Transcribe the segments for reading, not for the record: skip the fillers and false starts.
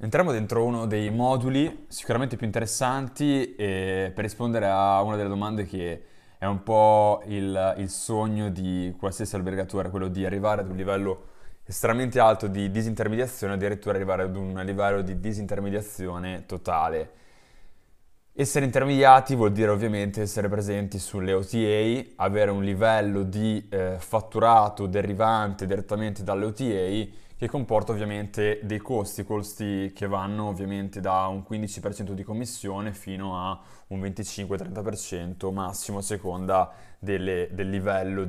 Entriamo dentro uno dei moduli sicuramente più interessanti per rispondere a una delle domande che è un po' il sogno di qualsiasi albergatore, quello di arrivare ad un livello estremamente alto di disintermediazione, addirittura arrivare ad un livello di disintermediazione totale. Essere intermediati vuol dire ovviamente essere presenti sulle OTA, avere un livello di fatturato derivante direttamente dalle OTA che comporta ovviamente dei costi che vanno ovviamente da un 15% di commissione fino a un 25-30% massimo a seconda del livello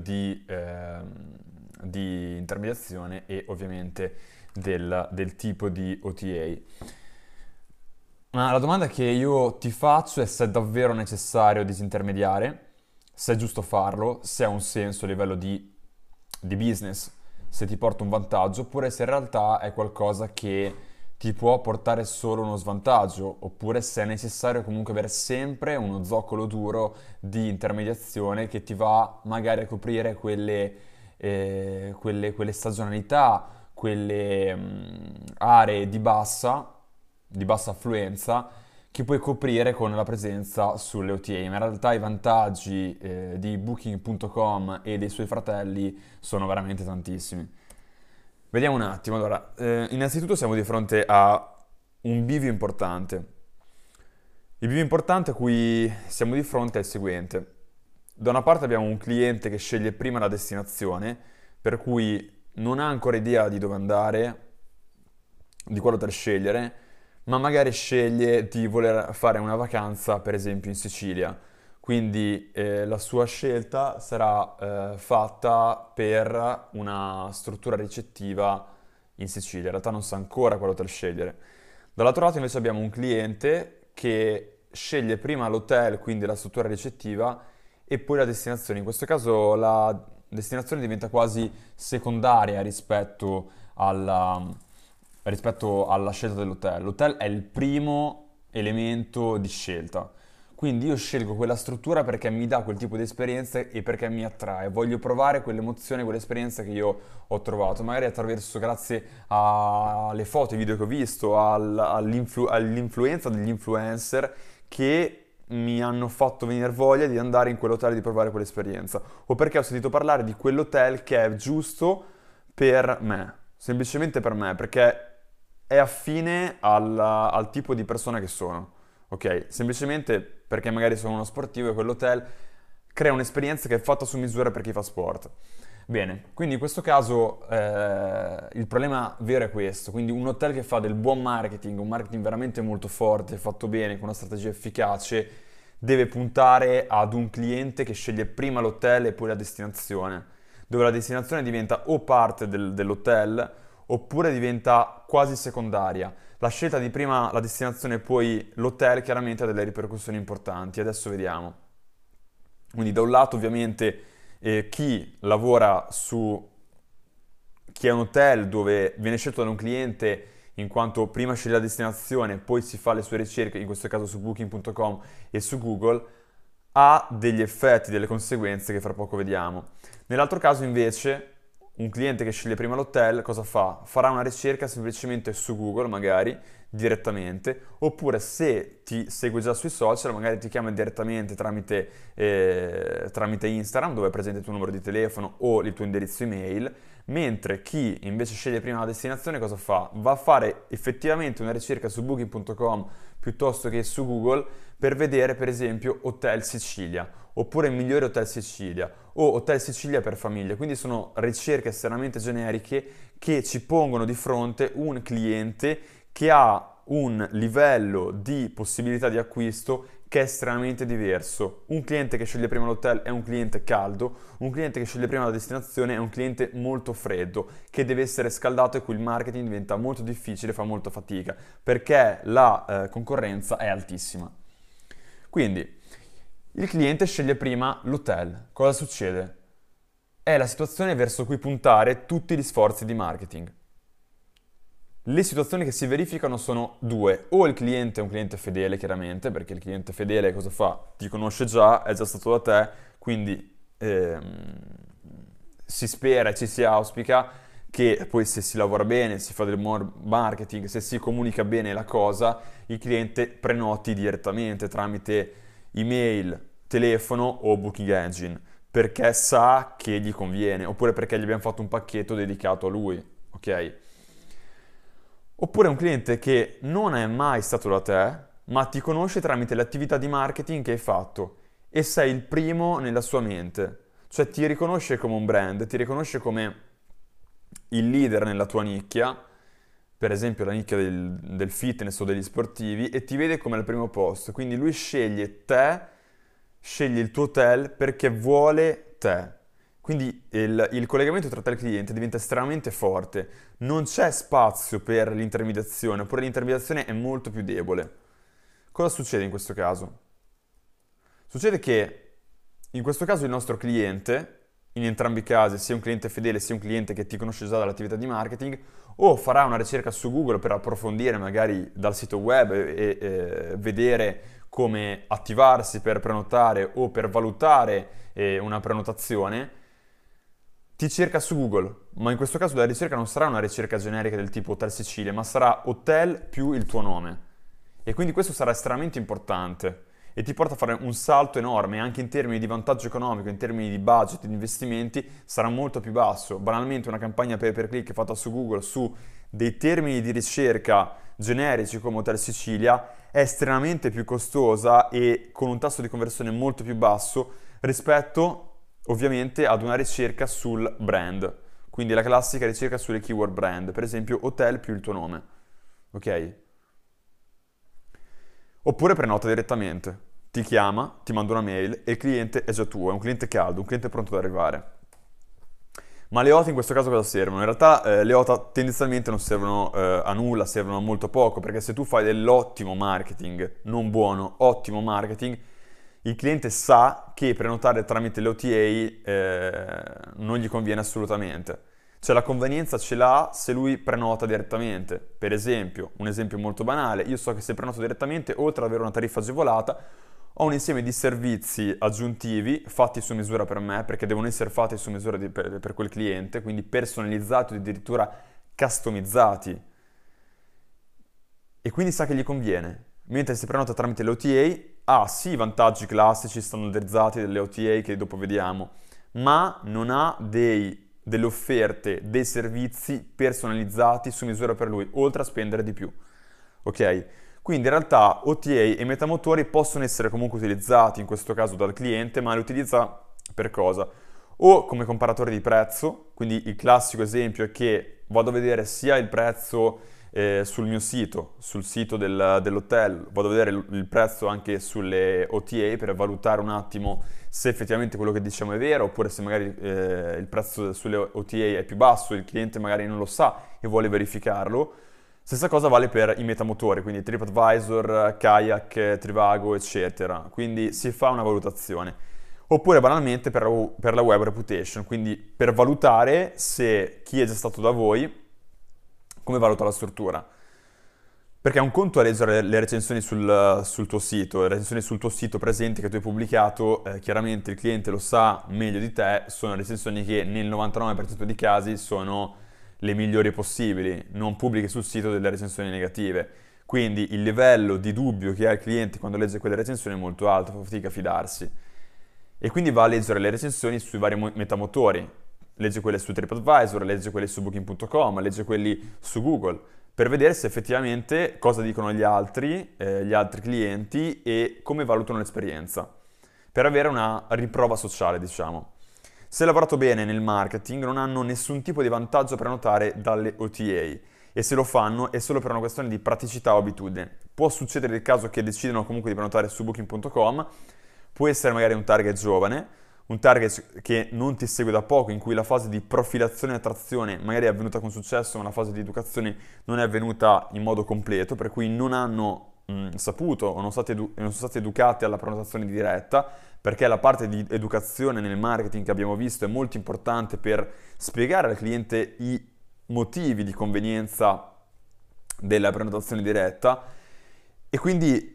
di intermediazione e ovviamente del tipo di OTA. Ma la domanda che io ti faccio è se è davvero necessario disintermediare, se è giusto farlo, se ha un senso a livello di business, se ti porta un vantaggio, oppure se in realtà è qualcosa che ti può portare solo uno svantaggio, oppure se è necessario comunque avere sempre uno zoccolo duro di intermediazione che ti va magari a coprire quelle stagionalità, quelle aree di bassa affluenza che puoi coprire con la presenza sulle OTA, ma in realtà i vantaggi di Booking.com e dei suoi fratelli sono veramente tantissimi. Vediamo un attimo, allora, innanzitutto siamo di fronte a un bivio importante. Il bivio importante a cui siamo di fronte è il seguente. Da una parte abbiamo un cliente che sceglie prima la destinazione, per cui non ha ancora idea di dove andare, di quale hotel scegliere, ma magari sceglie di voler fare una vacanza, per esempio, in Sicilia. Quindi la sua scelta sarà fatta per una struttura ricettiva in Sicilia. In realtà non sa ancora quale hotel scegliere. Dall'altro lato invece abbiamo un cliente che sceglie prima l'hotel, quindi la struttura ricettiva, e poi la destinazione. In questo caso la destinazione diventa quasi secondaria rispetto alla scelta dell'hotel. L'hotel è il primo elemento di scelta. Quindi io scelgo quella struttura perché mi dà quel tipo di esperienza e perché mi attrae. Voglio provare quell'emozione, quell'esperienza che io ho trovato, magari attraverso, grazie alle foto, ai video che ho visto, all'influenza degli influencer che mi hanno fatto venire voglia di andare in quell'hotel e di provare quell'esperienza. O perché ho sentito parlare di quell'hotel che è giusto per me, semplicemente per me, perché è affine al tipo di persona che sono, ok? Semplicemente perché magari sono uno sportivo e quell'hotel crea un'esperienza che è fatta su misura per chi fa sport. Bene, quindi in questo caso il problema vero è questo, quindi un hotel che fa del buon marketing, un marketing veramente molto forte, fatto bene, con una strategia efficace, deve puntare ad un cliente che sceglie prima l'hotel e poi la destinazione, dove la destinazione diventa o parte dell'hotel oppure diventa quasi secondaria. La scelta di prima la destinazione e poi l'hotel chiaramente ha delle ripercussioni importanti, adesso vediamo. Quindi da un lato ovviamente chi lavora chi è un hotel dove viene scelto da un cliente in quanto prima sceglie la destinazione, poi si fa le sue ricerche, in questo caso su Booking.com e su Google, ha degli effetti, delle conseguenze che fra poco vediamo. Nell'altro caso invece un cliente che sceglie prima l'hotel cosa fa? Farà una ricerca semplicemente su Google magari direttamente, oppure se ti segue già sui social magari ti chiama direttamente tramite Instagram dove è presente il tuo numero di telefono o il tuo indirizzo email, mentre chi invece sceglie prima la destinazione cosa fa? Va a fare effettivamente una ricerca su Booking.com piuttosto che su Google per vedere per esempio Hotel Sicilia oppure migliore Hotel Sicilia o Hotel Sicilia per famiglie. Quindi sono ricerche estremamente generiche che ci pongono di fronte un cliente che ha un livello di possibilità di acquisto che è estremamente diverso. Un cliente che sceglie prima l'hotel è un cliente caldo, un cliente che sceglie prima la destinazione è un cliente molto freddo, che deve essere scaldato e cui il marketing diventa molto difficile, fa molta fatica, perché la concorrenza è altissima. Quindi, il cliente sceglie prima l'hotel. Cosa succede? È la situazione verso cui puntare tutti gli sforzi di marketing. Le situazioni che si verificano sono due: o il cliente è un cliente fedele, chiaramente, perché il cliente fedele cosa fa? Ti conosce già, è già stato da te, quindi si spera e ci si auspica che poi se si lavora bene, si fa del buon marketing, se si comunica bene la cosa, il cliente prenoti direttamente tramite email, telefono o booking engine, perché sa che gli conviene, oppure perché gli abbiamo fatto un pacchetto dedicato a lui, ok? Oppure un cliente che non è mai stato da te, ma ti conosce tramite le attività di marketing che hai fatto e sei il primo nella sua mente. Cioè ti riconosce come un brand, ti riconosce come il leader nella tua nicchia, per esempio la nicchia del fitness o degli sportivi, e ti vede come al primo posto. Quindi lui sceglie te, sceglie il tuo hotel perché vuole te. Quindi il collegamento tra te e il cliente diventa estremamente forte. Non c'è spazio per l'intermediazione, oppure l'intermediazione è molto più debole. Cosa succede in questo caso? Succede che in questo caso il nostro cliente, in entrambi i casi, sia un cliente fedele sia un cliente che ti conosce già dall'attività di marketing, o farà una ricerca su Google per approfondire magari dal sito web e vedere come attivarsi per prenotare o per valutare una prenotazione, ti cerca su Google, ma in questo caso la ricerca non sarà una ricerca generica del tipo Hotel Sicilia, ma sarà hotel più il tuo nome. E quindi questo sarà estremamente importante e ti porta a fare un salto enorme, anche in termini di vantaggio economico, in termini di budget, di investimenti, sarà molto più basso. Banalmente una campagna pay per click fatta su Google su dei termini di ricerca generici come Hotel Sicilia è estremamente più costosa e con un tasso di conversione molto più basso rispetto ovviamente ad una ricerca sul brand. Quindi la classica ricerca sulle keyword brand, per esempio hotel più il tuo nome. Ok? Oppure prenota direttamente, ti chiama, ti manda una mail e il cliente è già tuo, è un cliente caldo, un cliente pronto ad arrivare. Ma le OTA in questo caso cosa servono? In realtà le OTA tendenzialmente non servono a nulla, servono a molto poco, perché se tu fai dell'ottimo marketing, non buono, ottimo marketing, il cliente sa che prenotare tramite le OTA non gli conviene assolutamente. Cioè la convenienza ce l'ha se lui prenota direttamente. Per esempio, un esempio molto banale, io so che se prenoto direttamente, oltre ad avere una tariffa agevolata, ho un insieme di servizi aggiuntivi fatti su misura per me, perché devono essere fatti su misura per quel cliente, quindi personalizzati o addirittura customizzati. E quindi sa che gli conviene. Mentre se prenota tramite le OTA, ha sì i vantaggi classici standardizzati delle OTA che dopo vediamo, ma non ha delle offerte, dei servizi personalizzati su misura per lui, oltre a spendere di più. Ok? Quindi in realtà OTA e metamotori possono essere comunque utilizzati, in questo caso dal cliente, ma li utilizza per cosa? O come comparatore di prezzo, quindi il classico esempio è che vado a vedere sia il prezzo sul mio sito, sul sito dell'hotel, vado a vedere il prezzo anche sulle OTA per valutare un attimo se effettivamente quello che diciamo è vero, oppure se magari il prezzo sulle OTA è più basso, il cliente magari non lo sa e vuole verificarlo. Stessa cosa vale per i metamotori, quindi TripAdvisor, Kayak, Trivago, eccetera. Quindi si fa una valutazione. Oppure banalmente per la web reputation, quindi per valutare se chi è già stato da voi, come valuta la struttura. Perché un conto è leggere le recensioni sul tuo sito, le recensioni sul tuo sito presenti che tu hai pubblicato, chiaramente il cliente lo sa meglio di te, sono recensioni che nel 99% dei casi sono le migliori possibili, non pubblichi sul sito delle recensioni negative. Quindi il livello di dubbio che ha il cliente quando legge quelle recensioni è molto alto, fa fatica a fidarsi. E quindi va a leggere le recensioni sui vari metamotori, legge quelle su TripAdvisor, legge quelle su Booking.com, legge quelli su Google, per vedere se effettivamente cosa dicono gli altri clienti e come valutano l'esperienza, per avere una riprova sociale, diciamo. Se hai lavorato bene nel marketing non hanno nessun tipo di vantaggio a prenotare dalle OTA e se lo fanno è solo per una questione di praticità o abitudine. Può succedere il caso che decidano comunque di prenotare su Booking.com, può essere magari un target giovane, un target che non ti segue da poco, in cui la fase di profilazione e attrazione magari è avvenuta con successo, ma la fase di educazione non è avvenuta in modo completo, per cui non hanno saputo o non sono state educate alla prenotazione diretta, perché la parte di educazione nel marketing che abbiamo visto è molto importante per spiegare al cliente i motivi di convenienza della prenotazione diretta e quindi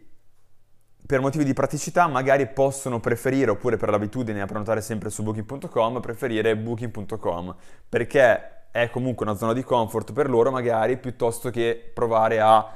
per motivi di praticità magari possono preferire, oppure per l'abitudine a prenotare sempre su Booking.com, preferire Booking.com perché è comunque una zona di comfort per loro magari, piuttosto che provare a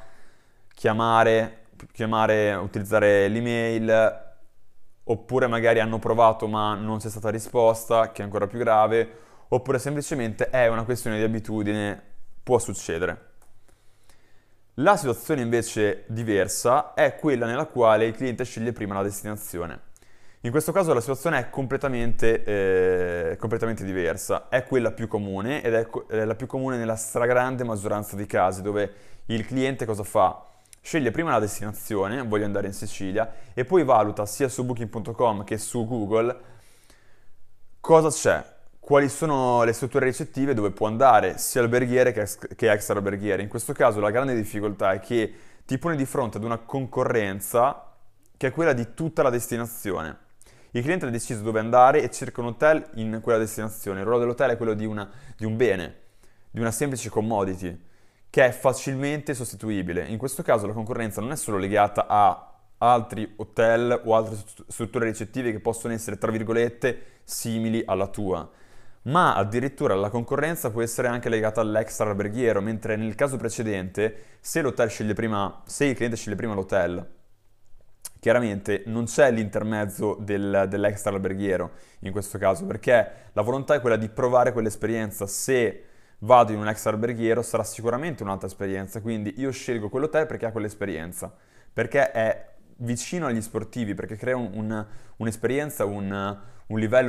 chiamare, utilizzare l'email, oppure magari hanno provato ma non c'è stata risposta, che è ancora più grave, oppure semplicemente è una questione di abitudine, può succedere. La situazione invece diversa è quella nella quale il cliente sceglie prima la destinazione. In questo caso la situazione è completamente diversa, è quella più comune ed è la più comune nella stragrande maggioranza dei casi, dove il cliente cosa fa? Sceglie prima la destinazione, voglio andare in Sicilia, e poi valuta sia su Booking.com che su Google cosa c'è, quali sono le strutture ricettive dove può andare, sia alberghiere che extra alberghiere. In questo caso la grande difficoltà è che ti pone di fronte ad una concorrenza che è quella di tutta la destinazione. Il cliente ha deciso dove andare e cerca un hotel in quella destinazione. Il ruolo dell'hotel è quello di un bene, di una semplice commodity, che è facilmente sostituibile. In questo caso la concorrenza non è solo legata a altri hotel o altre strutture ricettive che possono essere, tra virgolette, simili alla tua, ma addirittura la concorrenza può essere anche legata all'extra alberghiero, mentre nel caso precedente, se il cliente sceglie prima l'hotel, chiaramente non c'è l'intermezzo dell'extra alberghiero in questo caso, perché la volontà è quella di provare quell'esperienza. Se vado in un extra alberghiero sarà sicuramente un'altra esperienza, quindi io scelgo quell'hotel perché ha quell'esperienza, perché è vicino agli sportivi, perché crea un'esperienza, un livello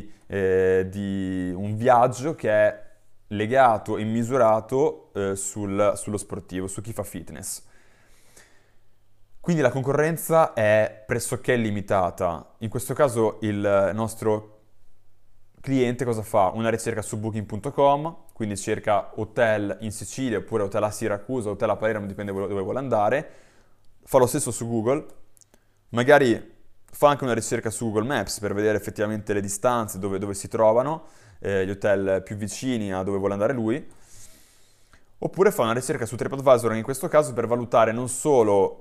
di un viaggio che è legato e misurato sullo sportivo, su chi fa fitness. Quindi la concorrenza è pressoché limitata. In questo caso il nostro cliente cosa fa? Una ricerca su Booking.com, quindi cerca hotel in Sicilia oppure hotel a Siracusa, hotel a Palermo, dipende dove vuole andare. Fa lo stesso su Google, magari fa anche una ricerca su Google Maps per vedere effettivamente le distanze, dove si trovano gli hotel più vicini a dove vuole andare lui. Oppure fa una ricerca su TripAdvisor in questo caso per valutare non solo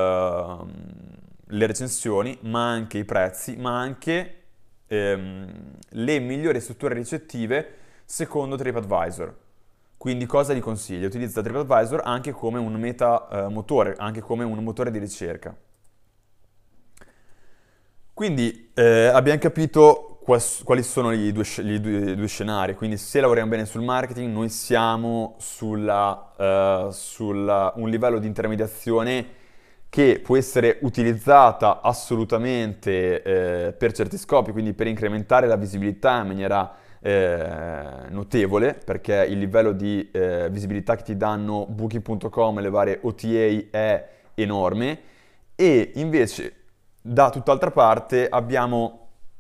le recensioni, ma anche i prezzi, ma anche le migliori strutture ricettive secondo TripAdvisor. Quindi cosa gli consiglio? Utilizza TripAdvisor anche come un meta motore, anche come un motore di ricerca. Quindi abbiamo capito quali sono i due scenari. Quindi se lavoriamo bene sul marketing, noi siamo sulla un livello di intermediazione che può essere utilizzata assolutamente per certi scopi, quindi per incrementare la visibilità in maniera notevole, perché il livello di visibilità che ti danno Booking.com e le varie OTA è enorme, e invece da tutt'altra parte abbiamo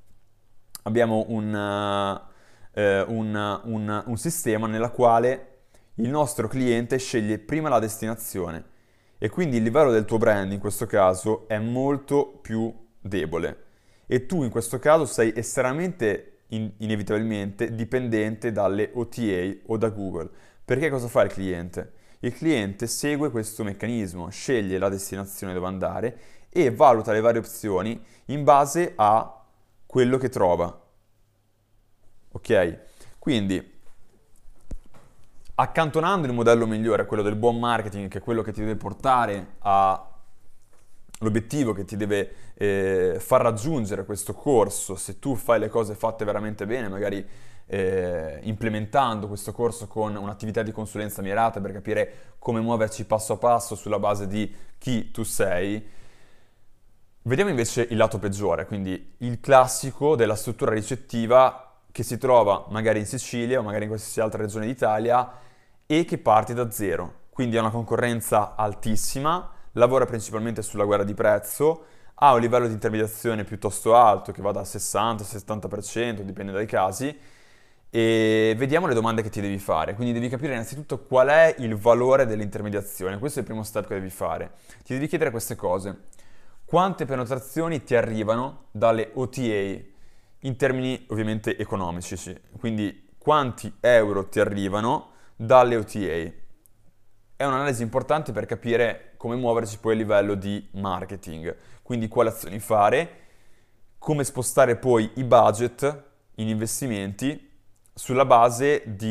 un sistema nella quale il nostro cliente sceglie prima la destinazione e quindi il livello del tuo brand in questo caso è molto più debole e tu in questo caso sei estremamente inevitabilmente dipendente dalle OTA o da Google. Perché cosa fa il cliente? Il cliente segue questo meccanismo, sceglie la destinazione dove andare e valuta le varie opzioni in base a quello che trova. Ok? Quindi, accantonando il modello migliore, quello del buon marketing, che è quello che ti deve portare all'obiettivo che ti deve far raggiungere questo corso, se tu fai le cose fatte veramente bene, magari implementando questo corso con un'attività di consulenza mirata per capire come muoverci passo a passo sulla base di chi tu sei. Vediamo invece il lato peggiore, quindi il classico della struttura ricettiva che si trova magari in Sicilia o magari in qualsiasi altra regione d'Italia e che parte da zero. Quindi ha una concorrenza altissima, lavora principalmente sulla guerra di prezzo, ha un livello di intermediazione piuttosto alto che va dal 60-70%, dipende dai casi, e vediamo le domande che ti devi fare. Quindi devi capire innanzitutto qual è il valore dell'intermediazione, questo è il primo step che devi fare. Ti devi chiedere queste cose. Quante prenotazioni ti arrivano dalle OTA in termini ovviamente economici, quindi quanti euro ti arrivano dalle OTA. È un'analisi importante per capire come muoverci poi a livello di marketing, quindi quali azioni fare, come spostare poi i budget in investimenti sulla base di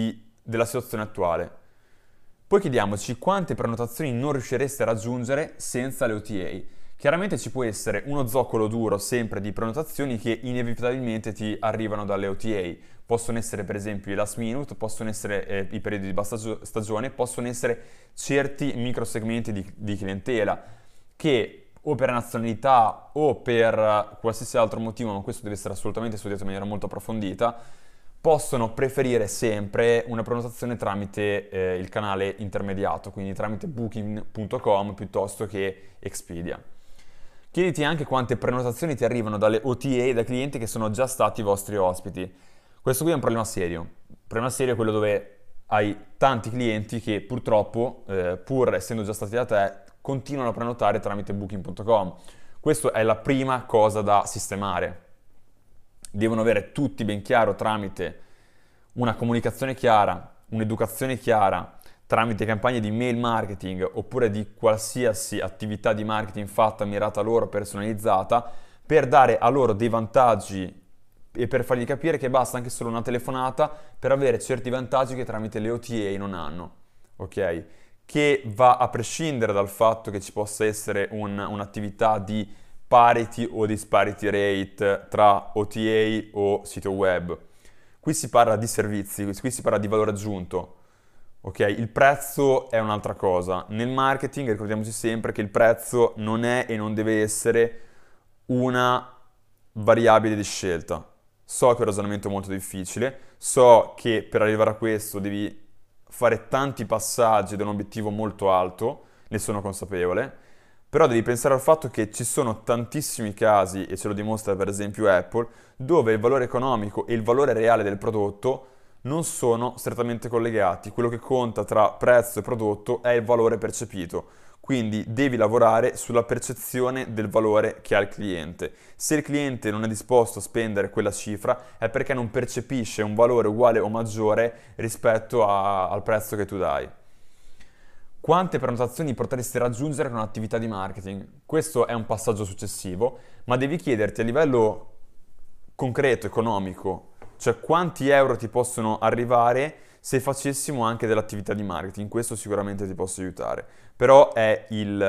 della situazione attuale. Poi chiediamoci quante prenotazioni non riuscireste a raggiungere senza le OTA. Chiaramente ci può essere uno zoccolo duro sempre di prenotazioni che inevitabilmente ti arrivano dalle OTA. Possono essere per esempio i last minute, possono essere i periodi di bassa stagione, possono essere certi microsegmenti di clientela che o per nazionalità o per qualsiasi altro motivo, ma questo deve essere assolutamente studiato in maniera molto approfondita, possono preferire sempre una prenotazione tramite il canale intermediato, quindi tramite booking.com piuttosto che Expedia. Chiediti anche quante prenotazioni ti arrivano dalle OTA, da clienti che sono già stati i vostri ospiti. Questo qui è un problema serio. Il problema serio è quello dove hai tanti clienti che purtroppo, pur essendo già stati da te, continuano a prenotare tramite booking.com. Questa è la prima cosa da sistemare. Devono avere tutti ben chiaro tramite una comunicazione chiara, un'educazione chiara, tramite campagne di mail marketing oppure di qualsiasi attività di marketing fatta, mirata a loro, personalizzata, per dare a loro dei vantaggi e per fargli capire che basta anche solo una telefonata per avere certi vantaggi che tramite le OTA non hanno, ok? Che va a prescindere dal fatto che ci possa essere un'attività di parity o disparity rate tra OTA o sito web. Qui si parla di servizi, qui si parla di valore aggiunto. Ok, il prezzo è un'altra cosa. Nel marketing ricordiamoci sempre che il prezzo non è e non deve essere una variabile di scelta. So che è un ragionamento molto difficile, so che per arrivare a questo devi fare tanti passaggi ed è un obiettivo molto alto, ne sono consapevole, però devi pensare al fatto che ci sono tantissimi casi, e ce lo dimostra per esempio Apple, dove il valore economico e il valore reale del prodotto non sono strettamente collegati. Quello che conta tra prezzo e prodotto è il valore percepito. Quindi devi lavorare sulla percezione del valore che ha il cliente. Se il cliente non è disposto a spendere quella cifra è perché non percepisce un valore uguale o maggiore rispetto al prezzo che tu dai. Quante prenotazioni potresti raggiungere con un'attività di marketing? Questo è un passaggio successivo, ma devi chiederti a livello concreto, economico, cioè quanti euro ti possono arrivare se facessimo anche dell'attività di marketing. Questo sicuramente ti posso aiutare, però è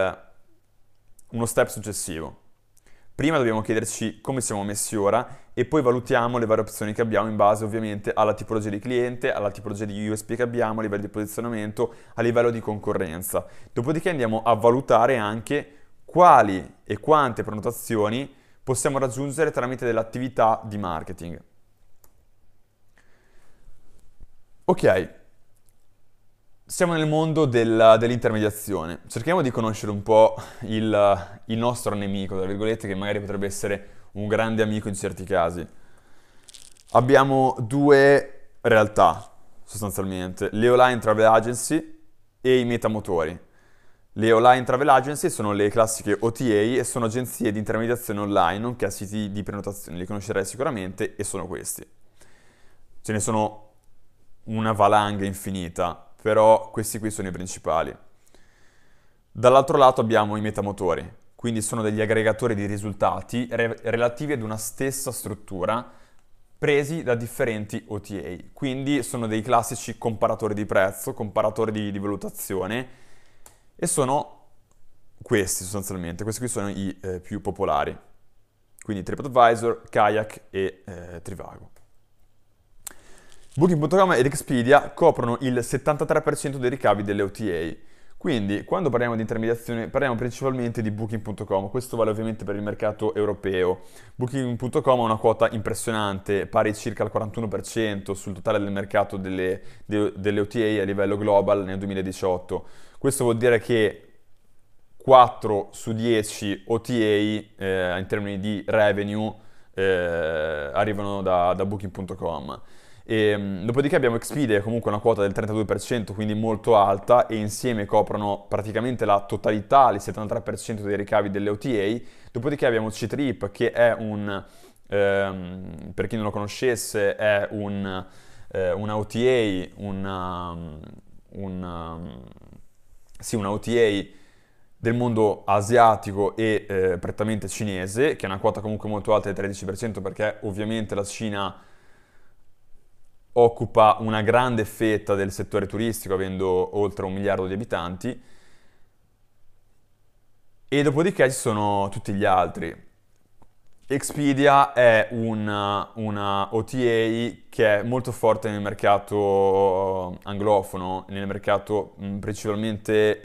uno step successivo. Prima dobbiamo chiederci come siamo messi ora e poi valutiamo le varie opzioni che abbiamo in base ovviamente alla tipologia di cliente, alla tipologia di USP che abbiamo, a livello di posizionamento, a livello di concorrenza. Dopodiché andiamo a valutare anche quali e quante prenotazioni possiamo raggiungere tramite dell'attività di marketing. Ok, siamo nel mondo dell'intermediazione. Cerchiamo di conoscere un po' il nostro nemico, tra virgolette, che magari potrebbe essere un grande amico in certi casi. Abbiamo due realtà, sostanzialmente, le online travel agency e i metamotori. Le online travel agency sono le classiche OTA e sono agenzie di intermediazione online, nonché siti di prenotazione. Li conoscerai sicuramente e sono questi. Ce ne sono una valanga infinita, però questi qui sono i principali. Dall'altro lato abbiamo i metamotori, quindi sono degli aggregatori di risultati relativi ad una stessa struttura presi da differenti OTA. Quindi sono dei classici comparatori di prezzo, comparatori di valutazione e sono questi sostanzialmente. Questi qui sono i più popolari. Quindi TripAdvisor, Kayak e Trivago. Booking.com ed Expedia coprono il 73% dei ricavi delle OTA. Quindi, quando parliamo di intermediazione, parliamo principalmente di Booking.com. Questo vale ovviamente per il mercato europeo. Booking.com ha una quota impressionante, pari circa al 41% sul totale del mercato delle OTA a livello global nel 2018. Questo vuol dire che 4 su 10 OTA in termini di revenue arrivano da Booking.com. Dopodiché abbiamo Expedia, comunque una quota del 32%, quindi molto alta, e insieme coprono praticamente la totalità, il 73% dei ricavi delle OTA. Dopodiché abbiamo Ctrip, che è per chi non lo conoscesse, è una OTA, una OTA del mondo asiatico e prettamente cinese, che è una quota comunque molto alta del 13%, perché ovviamente la Cina occupa una grande fetta del settore turistico, avendo oltre 1 miliardo di abitanti, e dopodiché ci sono tutti gli altri. Expedia è una OTA che è molto forte nel mercato anglofono, nel mercato principalmente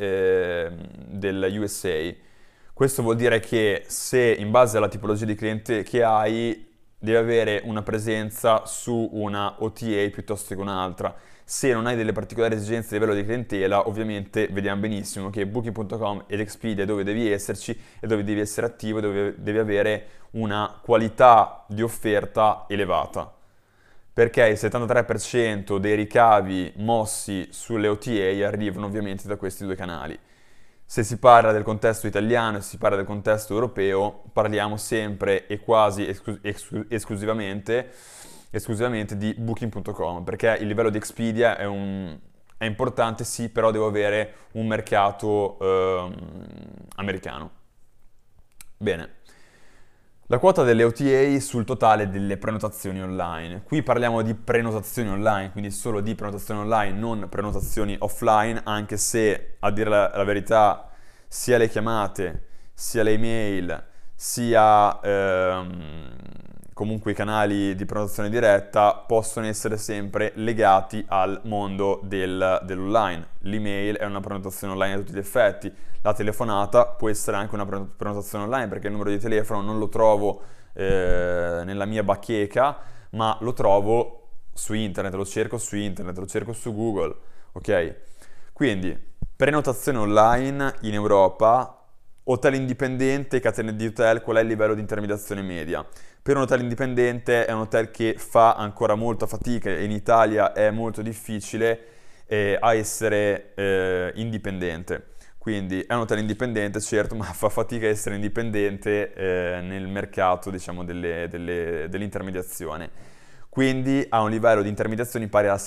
del USA. Questo vuol dire che se in base alla tipologia di cliente che hai, devi avere una presenza su una OTA piuttosto che un'altra. Se non hai delle particolari esigenze a livello di clientela, ovviamente vediamo benissimo che Booking.com ed Expedia è dove devi esserci e dove devi essere attivo, dove devi avere una qualità di offerta elevata. Perché il 73% dei ricavi mossi sulle OTA arrivano ovviamente da questi due canali. Se si parla del contesto italiano e se si parla del contesto europeo, parliamo sempre e quasi esclusivamente di Booking.com, perché il livello di Expedia è importante, sì, però devo avere un mercato americano. Bene. La quota delle OTA sul totale delle prenotazioni online. Qui parliamo di prenotazioni online, quindi solo di prenotazioni online, non prenotazioni offline, anche se, a dire la verità, sia le chiamate, sia le email, sia comunque i canali di prenotazione diretta possono essere sempre legati al mondo dell'online. L'email è una prenotazione online a tutti gli effetti, la telefonata può essere anche una prenotazione online, perché il numero di telefono non lo trovo nella mia bacheca, ma lo trovo su internet, lo cerco su internet, lo cerco su Google, ok? Quindi, prenotazione online in Europa, hotel indipendente, catene di hotel, qual è il livello di intermediazione media? Per un hotel indipendente è un hotel che fa ancora molta fatica, e in Italia è molto difficile a essere indipendente. Quindi è un hotel indipendente, certo, ma fa fatica a essere indipendente nel mercato, diciamo, dell'intermediazione. Quindi ha un livello di intermediazioni pari al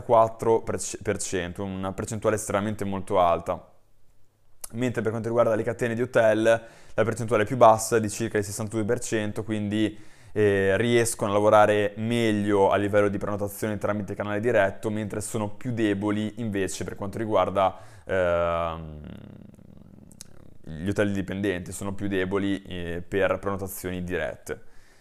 74%, una percentuale estremamente molto alta. Mentre per quanto riguarda le catene di hotel, la percentuale è più bassa, di circa il 62%, quindi riescono a lavorare meglio a livello di prenotazione tramite canale diretto, mentre sono più deboli invece per quanto riguarda gli hotel dipendenti, sono più deboli per prenotazioni dirette.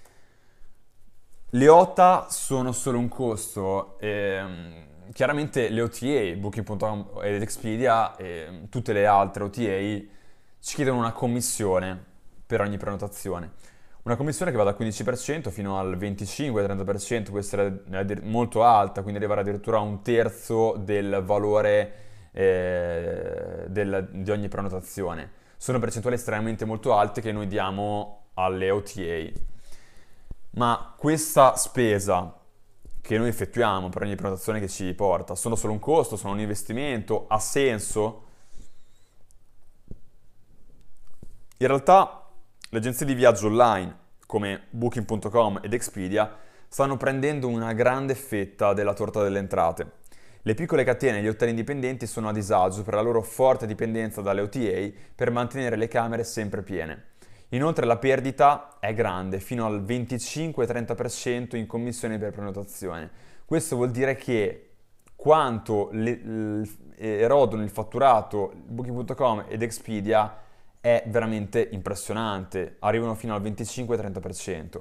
Le OTA sono solo un costo. Chiaramente le OTA, Booking.com ed Expedia e tutte le altre OTA ci chiedono una commissione per ogni prenotazione. Una commissione che va dal 15% fino al 25-30%, può essere molto alta, quindi arrivare addirittura a un terzo del valore di ogni prenotazione. Sono percentuali estremamente molto alte che noi diamo alle OTA. Ma questa spesa che noi effettuiamo per ogni prenotazione che ci porta, sono solo un costo, sono un investimento, ha senso? In realtà le agenzie di viaggio online come Booking.com ed Expedia stanno prendendo una grande fetta della torta delle entrate. Le piccole catene e gli hotel indipendenti sono a disagio per la loro forte dipendenza dalle OTA per mantenere le camere sempre piene. Inoltre la perdita è grande, fino al 25-30% in commissioni per prenotazione. Questo vuol dire che quanto erodono il fatturato Booking.com ed Expedia è veramente impressionante, arrivano fino al 25-30%.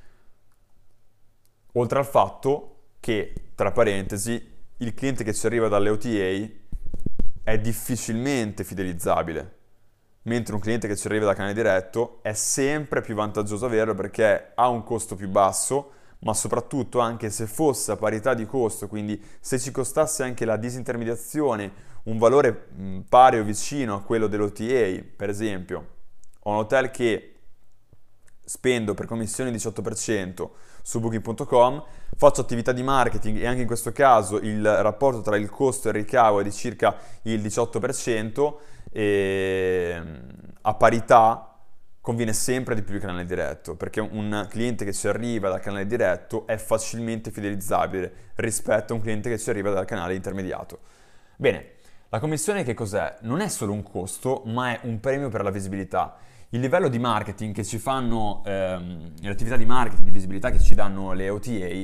Oltre al fatto che, tra parentesi, il cliente che ci arriva dalle OTA è difficilmente fidelizzabile, mentre un cliente che ci arriva da canale diretto è sempre più vantaggioso averlo perché ha un costo più basso, ma soprattutto anche se fosse a parità di costo, quindi se ci costasse anche la disintermediazione un valore pari o vicino a quello dell'OTA, per esempio, ho un hotel che spendo per commissione il 18% su Booking.com, faccio attività di marketing e anche in questo caso il rapporto tra il costo e il ricavo è di circa il 18%, e a parità conviene sempre di più il canale diretto, perché un cliente che ci arriva dal canale diretto è facilmente fidelizzabile rispetto a un cliente che ci arriva dal canale intermediato. Bene, la commissione che cos'è? Non è solo un costo, ma è un premio per la visibilità. Il livello di marketing che ci fanno, le attività di marketing, di visibilità che ci danno le OTA,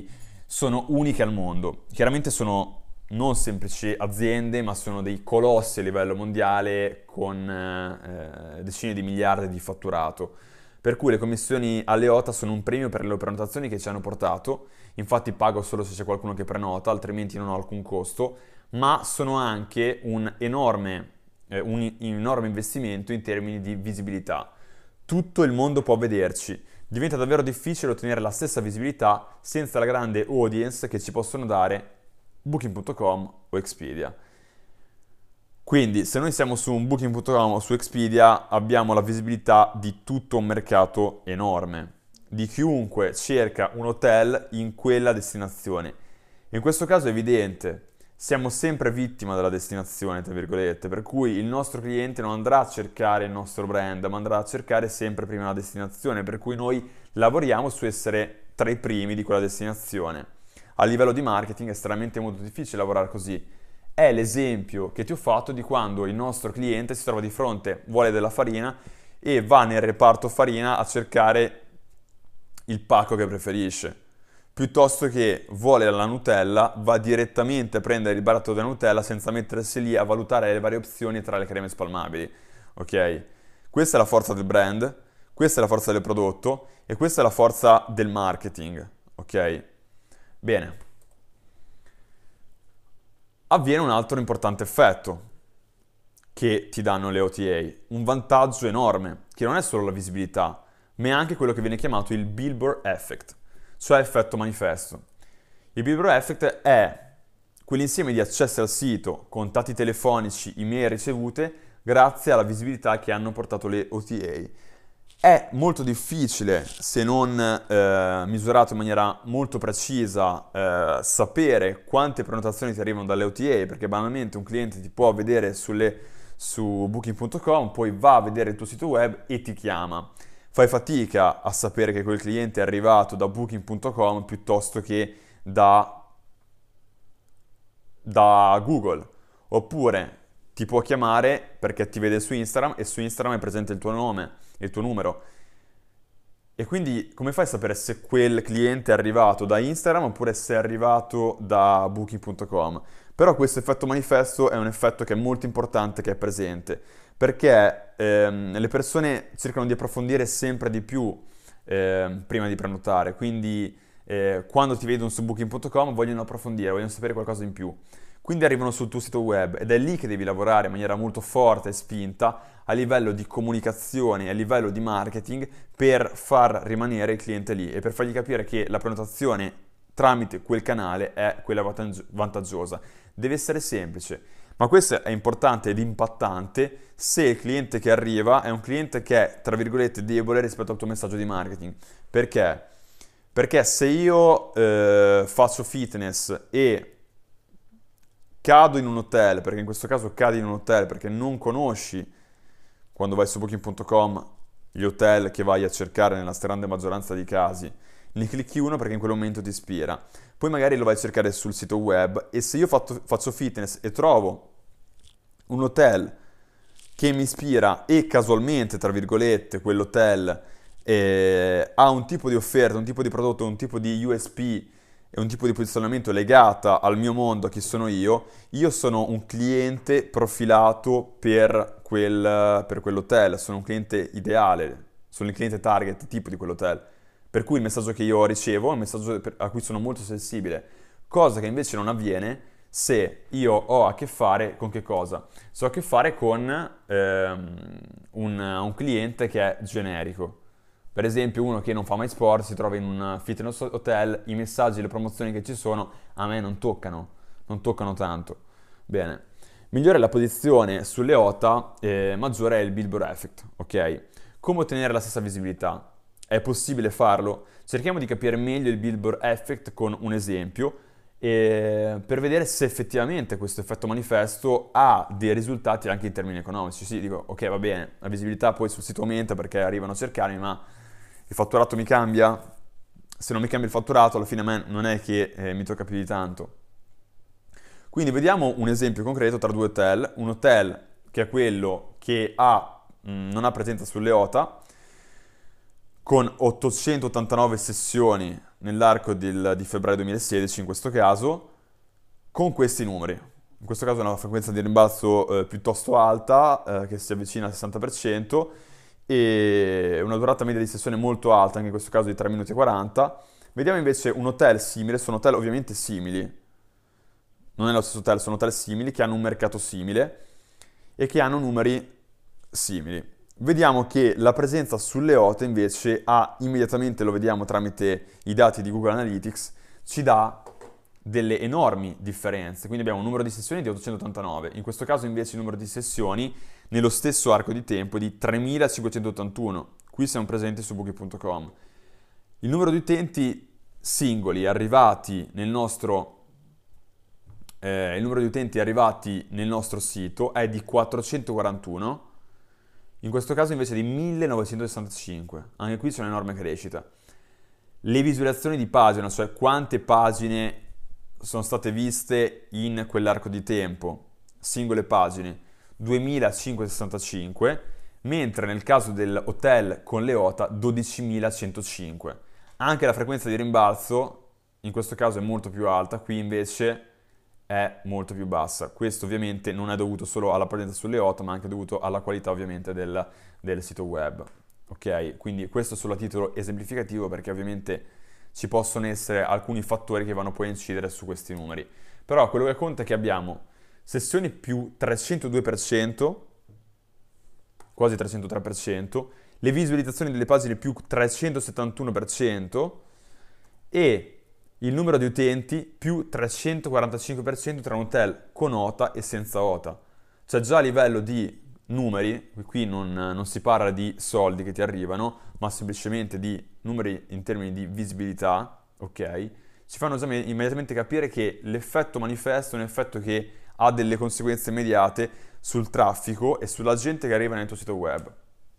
sono uniche al mondo. Chiaramente sono non semplici aziende, ma sono dei colossi a livello mondiale con decine di miliardi di fatturato. Per cui le commissioni alle OTA sono un premio per le prenotazioni che ci hanno portato, infatti pago solo se c'è qualcuno che prenota, altrimenti non ho alcun costo, ma sono anche un enorme investimento in termini di visibilità. Tutto il mondo può vederci. Diventa davvero difficile ottenere la stessa visibilità senza la grande audience che ci possono dare Booking.com o Expedia. Quindi, se noi siamo su un Booking.com o su Expedia, abbiamo la visibilità di tutto un mercato enorme, di chiunque cerca un hotel in quella destinazione. In questo caso è evidente, siamo sempre vittima della destinazione, tra virgolette, per cui il nostro cliente non andrà a cercare il nostro brand, ma andrà a cercare sempre prima la destinazione, per cui noi lavoriamo su essere tra i primi di quella destinazione. A livello di marketing è estremamente molto difficile lavorare così. È l'esempio che ti ho fatto di quando il nostro cliente si trova di fronte, vuole della farina e va nel reparto farina a cercare il pacco che preferisce. Piuttosto che vuole la Nutella, va direttamente a prendere il baratto della Nutella senza mettersi lì a valutare le varie opzioni tra le creme spalmabili. Ok? Questa è la forza del brand, questa è la forza del prodotto e questa è la forza del marketing. Ok? Bene. Avviene un altro importante effetto che ti danno le OTA, un vantaggio enorme, che non è solo la visibilità, ma è anche quello che viene chiamato il Billboard Effect, cioè effetto manifesto. Il Billboard Effect è quell'insieme di accessi al sito, contatti telefonici, email ricevute, grazie alla visibilità che hanno portato le OTA. È molto difficile, se non misurato in maniera molto precisa, sapere quante prenotazioni ti arrivano dalle OTA, perché banalmente un cliente ti può vedere su Booking.com, poi va a vedere il tuo sito web e ti chiama. Fai fatica a sapere che quel cliente è arrivato da Booking.com piuttosto che da Google. Oppure ti può chiamare perché ti vede su Instagram e su Instagram è presente il tuo nome e il tuo numero. E quindi come fai a sapere se quel cliente è arrivato da Instagram oppure se è arrivato da Booking.com? Però questo effetto manifesto è un effetto che è molto importante, che è presente, perché le persone cercano di approfondire sempre di più prima di prenotare, quindi quando ti vedono su Booking.com vogliono approfondire, vogliono sapere qualcosa in più. Quindi arrivano sul tuo sito web ed è lì che devi lavorare in maniera molto forte e spinta a livello di comunicazione e a livello di marketing per far rimanere il cliente lì e per fargli capire che la prenotazione tramite quel canale è quella vantaggiosa. Deve essere semplice, ma questo è importante ed impattante se il cliente che arriva è un cliente che è, tra virgolette, debole rispetto al tuo messaggio di marketing. Perché? Perché se io faccio fitness e cado in un hotel, perché in questo caso cadi in un hotel perché non conosci, quando vai su Booking.com, gli hotel che vai a cercare nella stragrande maggioranza dei casi, ne clicchi uno perché in quel momento ti ispira. Poi magari lo vai a cercare sul sito web e se io faccio fitness e trovo un hotel che mi ispira e casualmente, tra virgolette, quell'hotel ha un tipo di offerta, un tipo di prodotto, un tipo di USP e un tipo di posizionamento legata al mio mondo, a chi sono io sono un cliente profilato per quell'hotel, sono un cliente ideale, sono il cliente target tipo di quell'hotel. Per cui il messaggio che io ricevo è un messaggio a cui sono molto sensibile, cosa che invece non avviene se io ho a che fare con che cosa? Se ho a che fare con un cliente che è generico. Per esempio uno che non fa mai sport, si trova in un fitness hotel, i messaggi, le promozioni che ci sono a me non toccano tanto. Bene, migliore è la posizione sulle OTA, maggiore è il Billboard Effect, ok? Come ottenere la stessa visibilità? È possibile farlo? Cerchiamo di capire meglio il Billboard Effect con un esempio per vedere se effettivamente questo effetto manifesto ha dei risultati anche in termini economici. Sì, dico, ok, va bene, la visibilità poi sul sito aumenta perché arrivano a cercarmi, ma il fatturato mi cambia? Se non mi cambia il fatturato, alla fine a me non è che mi tocca più di tanto. Quindi vediamo un esempio concreto tra due hotel. Un hotel che è quello che non ha presenza sulle OTA, con 889 sessioni nell'arco di febbraio 2016 in questo caso, con questi numeri. In questo caso è una frequenza di rimbalzo piuttosto alta, che si avvicina al 60%, e una durata media di sessione molto alta, anche in questo caso di 3 minuti e 40. Vediamo invece un hotel simile, sono hotel ovviamente simili, non è lo stesso hotel, sono hotel simili, che hanno un mercato simile e che hanno numeri simili. Vediamo che la presenza sulle OTA invece ha immediatamente, lo vediamo tramite i dati di Google Analytics, ci dà delle enormi differenze. Quindi abbiamo un numero di sessioni di 889, in questo caso invece il numero di sessioni nello stesso arco di tempo è di 3581. Qui siamo presenti su Booking.com. Il numero di utenti singoli arrivati nel nostro il numero di utenti arrivati nel nostro sito è di 441, in questo caso invece di 1965. Anche qui c'è un'enorme crescita. Le visualizzazioni di pagina, cioè quante pagine sono state viste in quell'arco di tempo, singole pagine, 2565, mentre nel caso dell'hotel con le OTA 12105. Anche la frequenza di rimbalzo in questo caso è molto più alta, qui invece è molto più bassa. Questo ovviamente non è dovuto solo alla presenza sulle OTA, ma anche dovuto alla qualità ovviamente del sito web. Ok? Quindi questo solo a titolo esemplificativo, perché ovviamente ci possono essere alcuni fattori che vanno poi a incidere su questi numeri. Però quello che conta è che abbiamo sessioni più 302%, quasi 303%, le visualizzazioni delle pagine più 371% e il numero di utenti più 345% tra un hotel con OTA e senza OTA. Cioè già a livello di numeri, qui non si parla di soldi che ti arrivano, ma semplicemente di numeri in termini di visibilità, ok? Ci fanno già immediatamente capire che l'effetto manifesto è un effetto che ha delle conseguenze immediate sul traffico e sulla gente che arriva nel tuo sito web.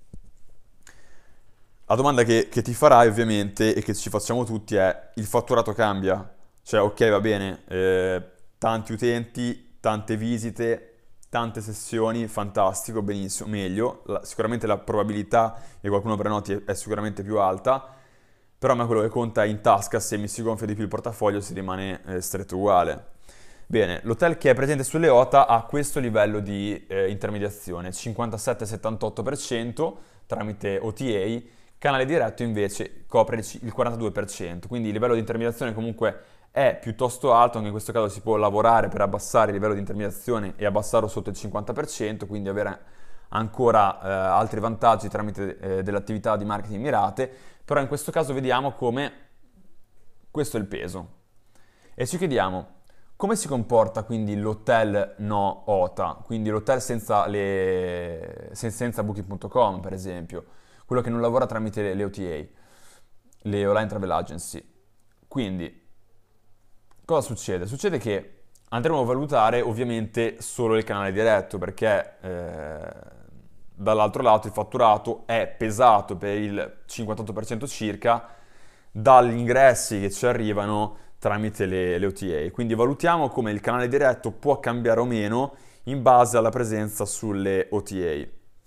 La domanda che ti farai ovviamente e che ci facciamo tutti è: il fatturato cambia? Cioè, ok, va bene, tanti utenti, tante visite, tante sessioni, fantastico, benissimo, meglio. Sicuramente la probabilità che qualcuno prenoti è sicuramente più alta, però a me quello che conta è in tasca, se mi si gonfia di più il portafoglio si rimane stretto uguale. Bene, l'hotel che è presente sulle OTA ha questo livello di intermediazione, 57-78% tramite OTA. Canale diretto invece copre il 42%, quindi il livello di intermediazione comunque è piuttosto alto. Anche in questo caso si può lavorare per abbassare il livello di intermediazione e abbassarlo sotto il 50%, quindi avere ancora altri vantaggi tramite delle attività di marketing mirate. Però in questo caso vediamo come questo è il peso. E ci chiediamo: come si comporta quindi l'hotel no OTA, quindi l'hotel senza Booking.com per esempio, quello che non lavora tramite le OTA, le Online Travel Agency. Quindi, cosa succede? Succede che andremo a valutare ovviamente solo il canale diretto, perché dall'altro lato il fatturato è pesato per il 58% circa dagli ingressi che ci arrivano tramite le OTA. Quindi valutiamo come il canale diretto può cambiare o meno in base alla presenza sulle OTA.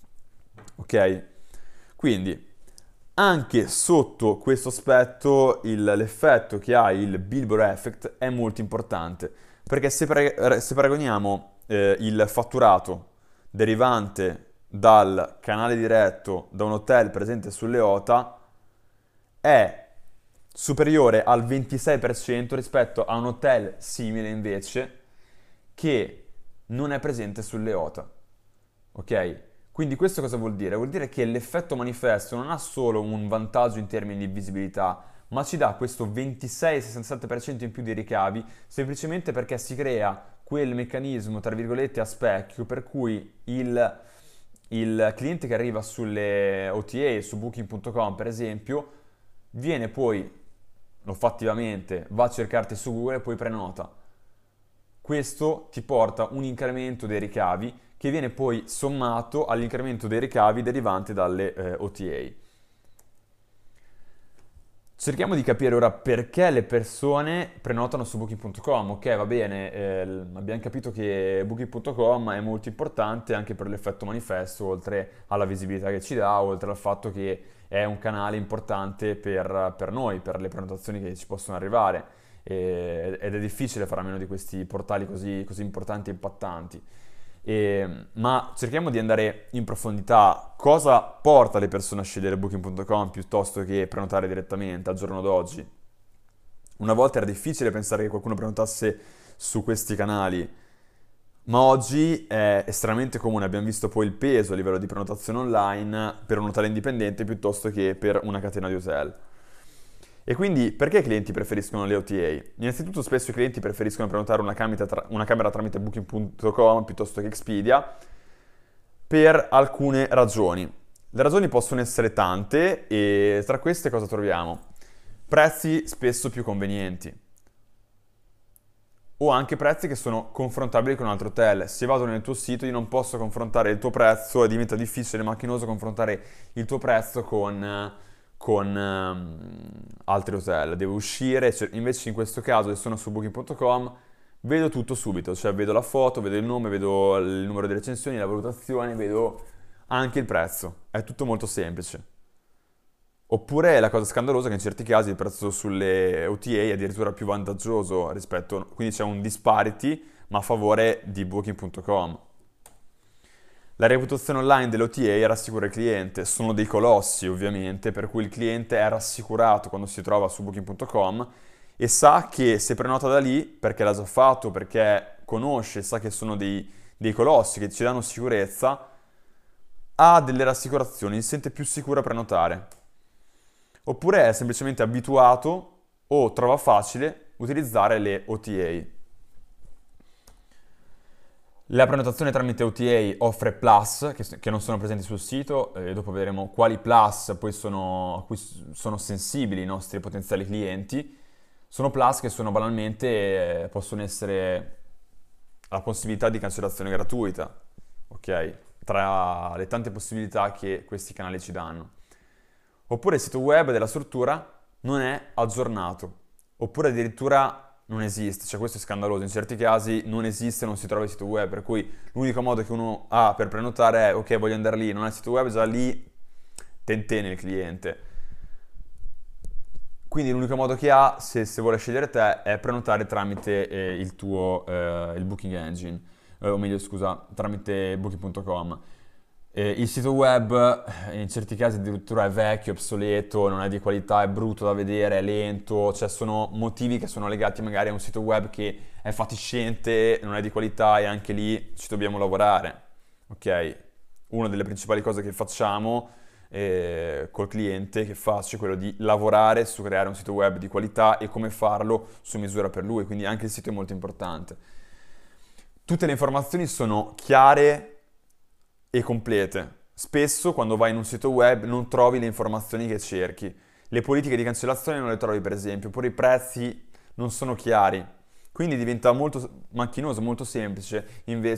Ok? Quindi, anche sotto questo aspetto, l'effetto che ha il Billboard Effect è molto importante, perché se paragoniamo il fatturato derivante dal canale diretto da un hotel presente sulle OTA, è superiore al 26% rispetto a un hotel simile invece che non è presente sulle OTA. Ok? Quindi questo cosa vuol dire? Vuol dire che l'effetto manifesto non ha solo un vantaggio in termini di visibilità, ma ci dà questo 26-67% in più di ricavi, semplicemente perché si crea quel meccanismo, tra virgolette, a specchio, per cui il cliente che arriva sulle OTA, su Booking.com per esempio, viene poi, lo fa attivamente, va a cercarti su Google e poi prenota. Questo ti porta un incremento dei ricavi che viene poi sommato all'incremento dei ricavi derivanti dalle OTA. Cerchiamo di capire ora perché le persone prenotano su Booking.com. Ok, va bene, abbiamo capito che Booking.com è molto importante anche per l'effetto manifesto, oltre alla visibilità che ci dà, oltre al fatto che è un canale importante per noi, per le prenotazioni che ci possono arrivare. Ed è difficile fare a meno di questi portali così importanti e impattanti. Ma cerchiamo di andare in profondità. Cosa porta le persone a scegliere Booking.com piuttosto che prenotare direttamente al giorno d'oggi? Una volta era difficile pensare che qualcuno prenotasse su questi canali, ma oggi è estremamente comune. Abbiamo visto poi il peso a livello di prenotazione online per un hotel indipendente piuttosto che per una catena di hotel. E quindi perché i clienti preferiscono le OTA? Innanzitutto spesso i clienti preferiscono prenotare una camera tramite Booking.com piuttosto che Expedia per alcune ragioni. Le ragioni possono essere tante e tra queste cosa troviamo? Prezzi spesso più convenienti o anche prezzi che sono confrontabili con un altro hotel. Se vado nel tuo sito io non posso confrontare il tuo prezzo e diventa difficile e macchinoso confrontare il tuo prezzo con altri hotel. Devo uscire, invece in questo caso se sono su Booking.com vedo tutto subito, cioè vedo la foto, vedo il nome, vedo il numero di recensioni, la valutazione, vedo anche il prezzo. È tutto molto semplice. Oppure la cosa scandalosa è che in certi casi il prezzo sulle OTA è addirittura più vantaggioso rispetto, quindi c'è un disparity ma a favore di Booking.com. La reputazione online delle OTA rassicura il cliente, sono dei colossi ovviamente, per cui il cliente è rassicurato quando si trova su Booking.com e sa che se prenota da lì, perché l'ha già fatto, perché conosce, sa che sono dei colossi che ci danno sicurezza, ha delle rassicurazioni, si sente più sicuro a prenotare. Oppure è semplicemente abituato o trova facile utilizzare le OTA. La prenotazione tramite OTA offre plus che non sono presenti sul sito e dopo vedremo quali plus poi a cui sono sensibili i nostri potenziali clienti. Sono plus che sono banalmente, possono essere la possibilità di cancellazione gratuita, ok? Tra le tante possibilità che questi canali ci danno. Oppure il sito web della struttura non è aggiornato, oppure addirittura non esiste, cioè questo è scandaloso, in certi casi non esiste, non si trova il sito web, per cui l'unico modo che uno ha per prenotare è ok, voglio andare lì, non ha il sito web, già lì tentene il cliente. Quindi l'unico modo che ha, se vuole scegliere te, è prenotare tramite il Booking Engine, o meglio scusa, tramite Booking.com. Il sito web in certi casi addirittura è vecchio, è obsoleto, non è di qualità, è brutto da vedere, è lento, cioè sono motivi che sono legati magari a un sito web che è fatiscente, non è di qualità e anche lì ci dobbiamo lavorare, ok? Una delle principali cose che facciamo col cliente che faccio è quello di lavorare su creare un sito web di qualità e come farlo su misura per lui, quindi anche il sito è molto importante. Tutte le informazioni sono chiare e complete. Spesso quando vai in un sito web non trovi le informazioni che cerchi. Le politiche di cancellazione non le trovi per esempio, oppure i prezzi non sono chiari. Quindi diventa molto macchinoso, molto semplice.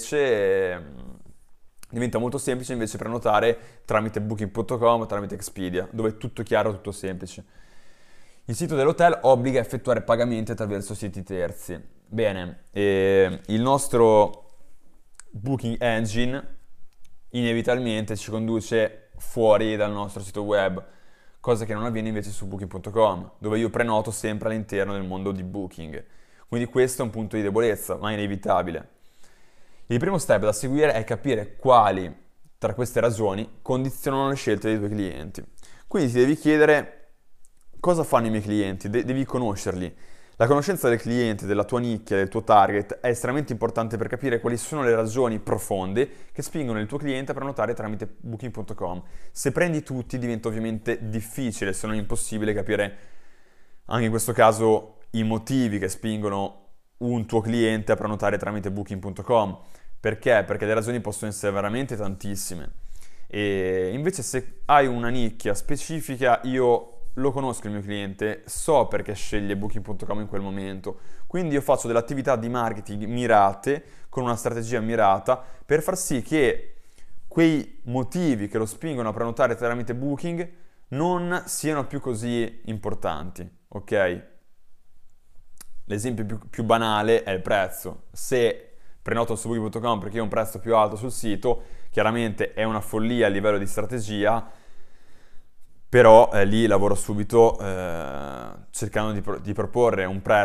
Diventa molto semplice invece prenotare tramite Booking.com, tramite Expedia, dove è tutto chiaro, tutto semplice. Il sito dell'hotel obbliga a effettuare pagamenti attraverso siti terzi. Bene, il nostro Booking Engine inevitabilmente ci conduce fuori dal nostro sito web, cosa che non avviene invece su Booking.com, dove io prenoto sempre all'interno del mondo di Booking. Quindi questo è un punto di debolezza, ma inevitabile. Il primo step da seguire è capire quali tra queste ragioni condizionano le scelte dei tuoi clienti. Quindi ti devi chiedere cosa fanno i miei clienti, devi conoscerli. La conoscenza del cliente, della tua nicchia, del tuo target è estremamente importante per capire quali sono le ragioni profonde che spingono il tuo cliente a prenotare tramite Booking.com. Se prendi tutti diventa ovviamente difficile, se non impossibile, capire anche in questo caso i motivi che spingono un tuo cliente a prenotare tramite Booking.com. Perché? Perché le ragioni possono essere veramente tantissime. E invece se hai una nicchia specifica, io lo conosco il mio cliente, so perché sceglie Booking.com in quel momento, quindi io faccio delle attività di marketing mirate, con una strategia mirata, per far sì che quei motivi che lo spingono a prenotare tramite Booking non siano più così importanti, ok? L'esempio più banale è il prezzo. Se prenoto su booking.com perché ho un prezzo più alto sul sito, chiaramente è una follia a livello di strategia, però lì lavoro subito cercando di proporre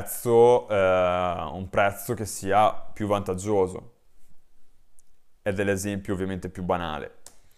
un prezzo che sia più vantaggioso. Ed è l'esempio ovviamente più banale.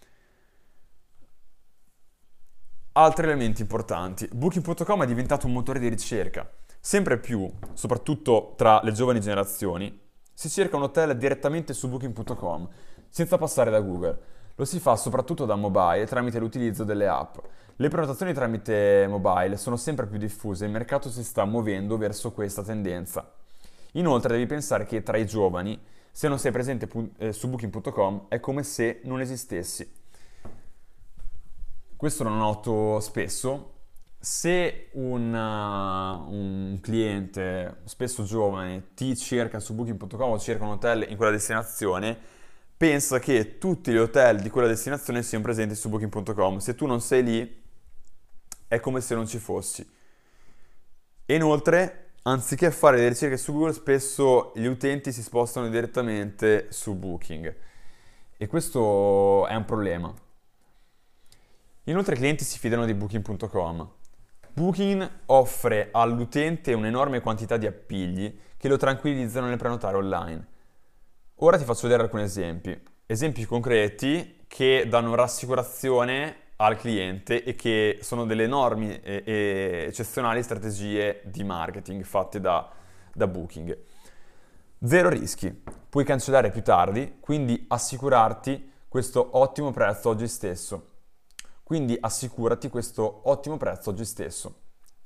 Altri elementi importanti. Booking.com è diventato un motore di ricerca. Sempre più, soprattutto tra le giovani generazioni, si cerca un hotel direttamente su Booking.com, senza passare da Google. Lo si fa soprattutto da mobile tramite l'utilizzo delle app. Le prenotazioni tramite mobile sono sempre più diffuse e il mercato si sta muovendo verso questa tendenza. Inoltre devi pensare che tra i giovani, se non sei presente su Booking.com, è come se non esistessi. Questo lo noto spesso. Se un cliente, spesso giovane, ti cerca su Booking.com o cerca un hotel in quella destinazione, pensa che tutti gli hotel di quella destinazione siano presenti su Booking.com. Se tu non sei lì, è come se non ci fossi. E inoltre, anziché fare le ricerche su Google, spesso gli utenti si spostano direttamente su Booking. E questo è un problema. Inoltre i clienti si fidano di Booking.com. Booking offre all'utente un'enorme quantità di appigli che lo tranquillizzano nel prenotare online. Ora ti faccio vedere alcuni esempi. Esempi concreti che danno rassicurazione al cliente e che sono delle enormi e eccezionali strategie di marketing fatte da Booking. Zero rischi. Puoi cancellare più tardi, quindi assicurarti questo ottimo prezzo oggi stesso. Quindi assicurati questo ottimo prezzo oggi stesso.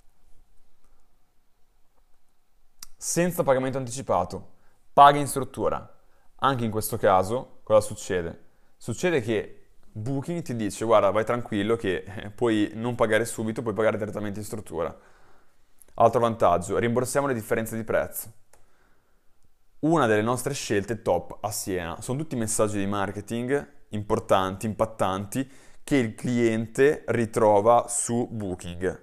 Senza pagamento anticipato, paga in struttura. Anche in questo caso, cosa succede? Succede che Booking ti dice, guarda, vai tranquillo che puoi non pagare subito, puoi pagare direttamente in struttura. Altro vantaggio, rimborsiamo le differenze di prezzo. Una delle nostre scelte top a Siena. Sono tutti messaggi di marketing importanti, impattanti, che il cliente ritrova su Booking.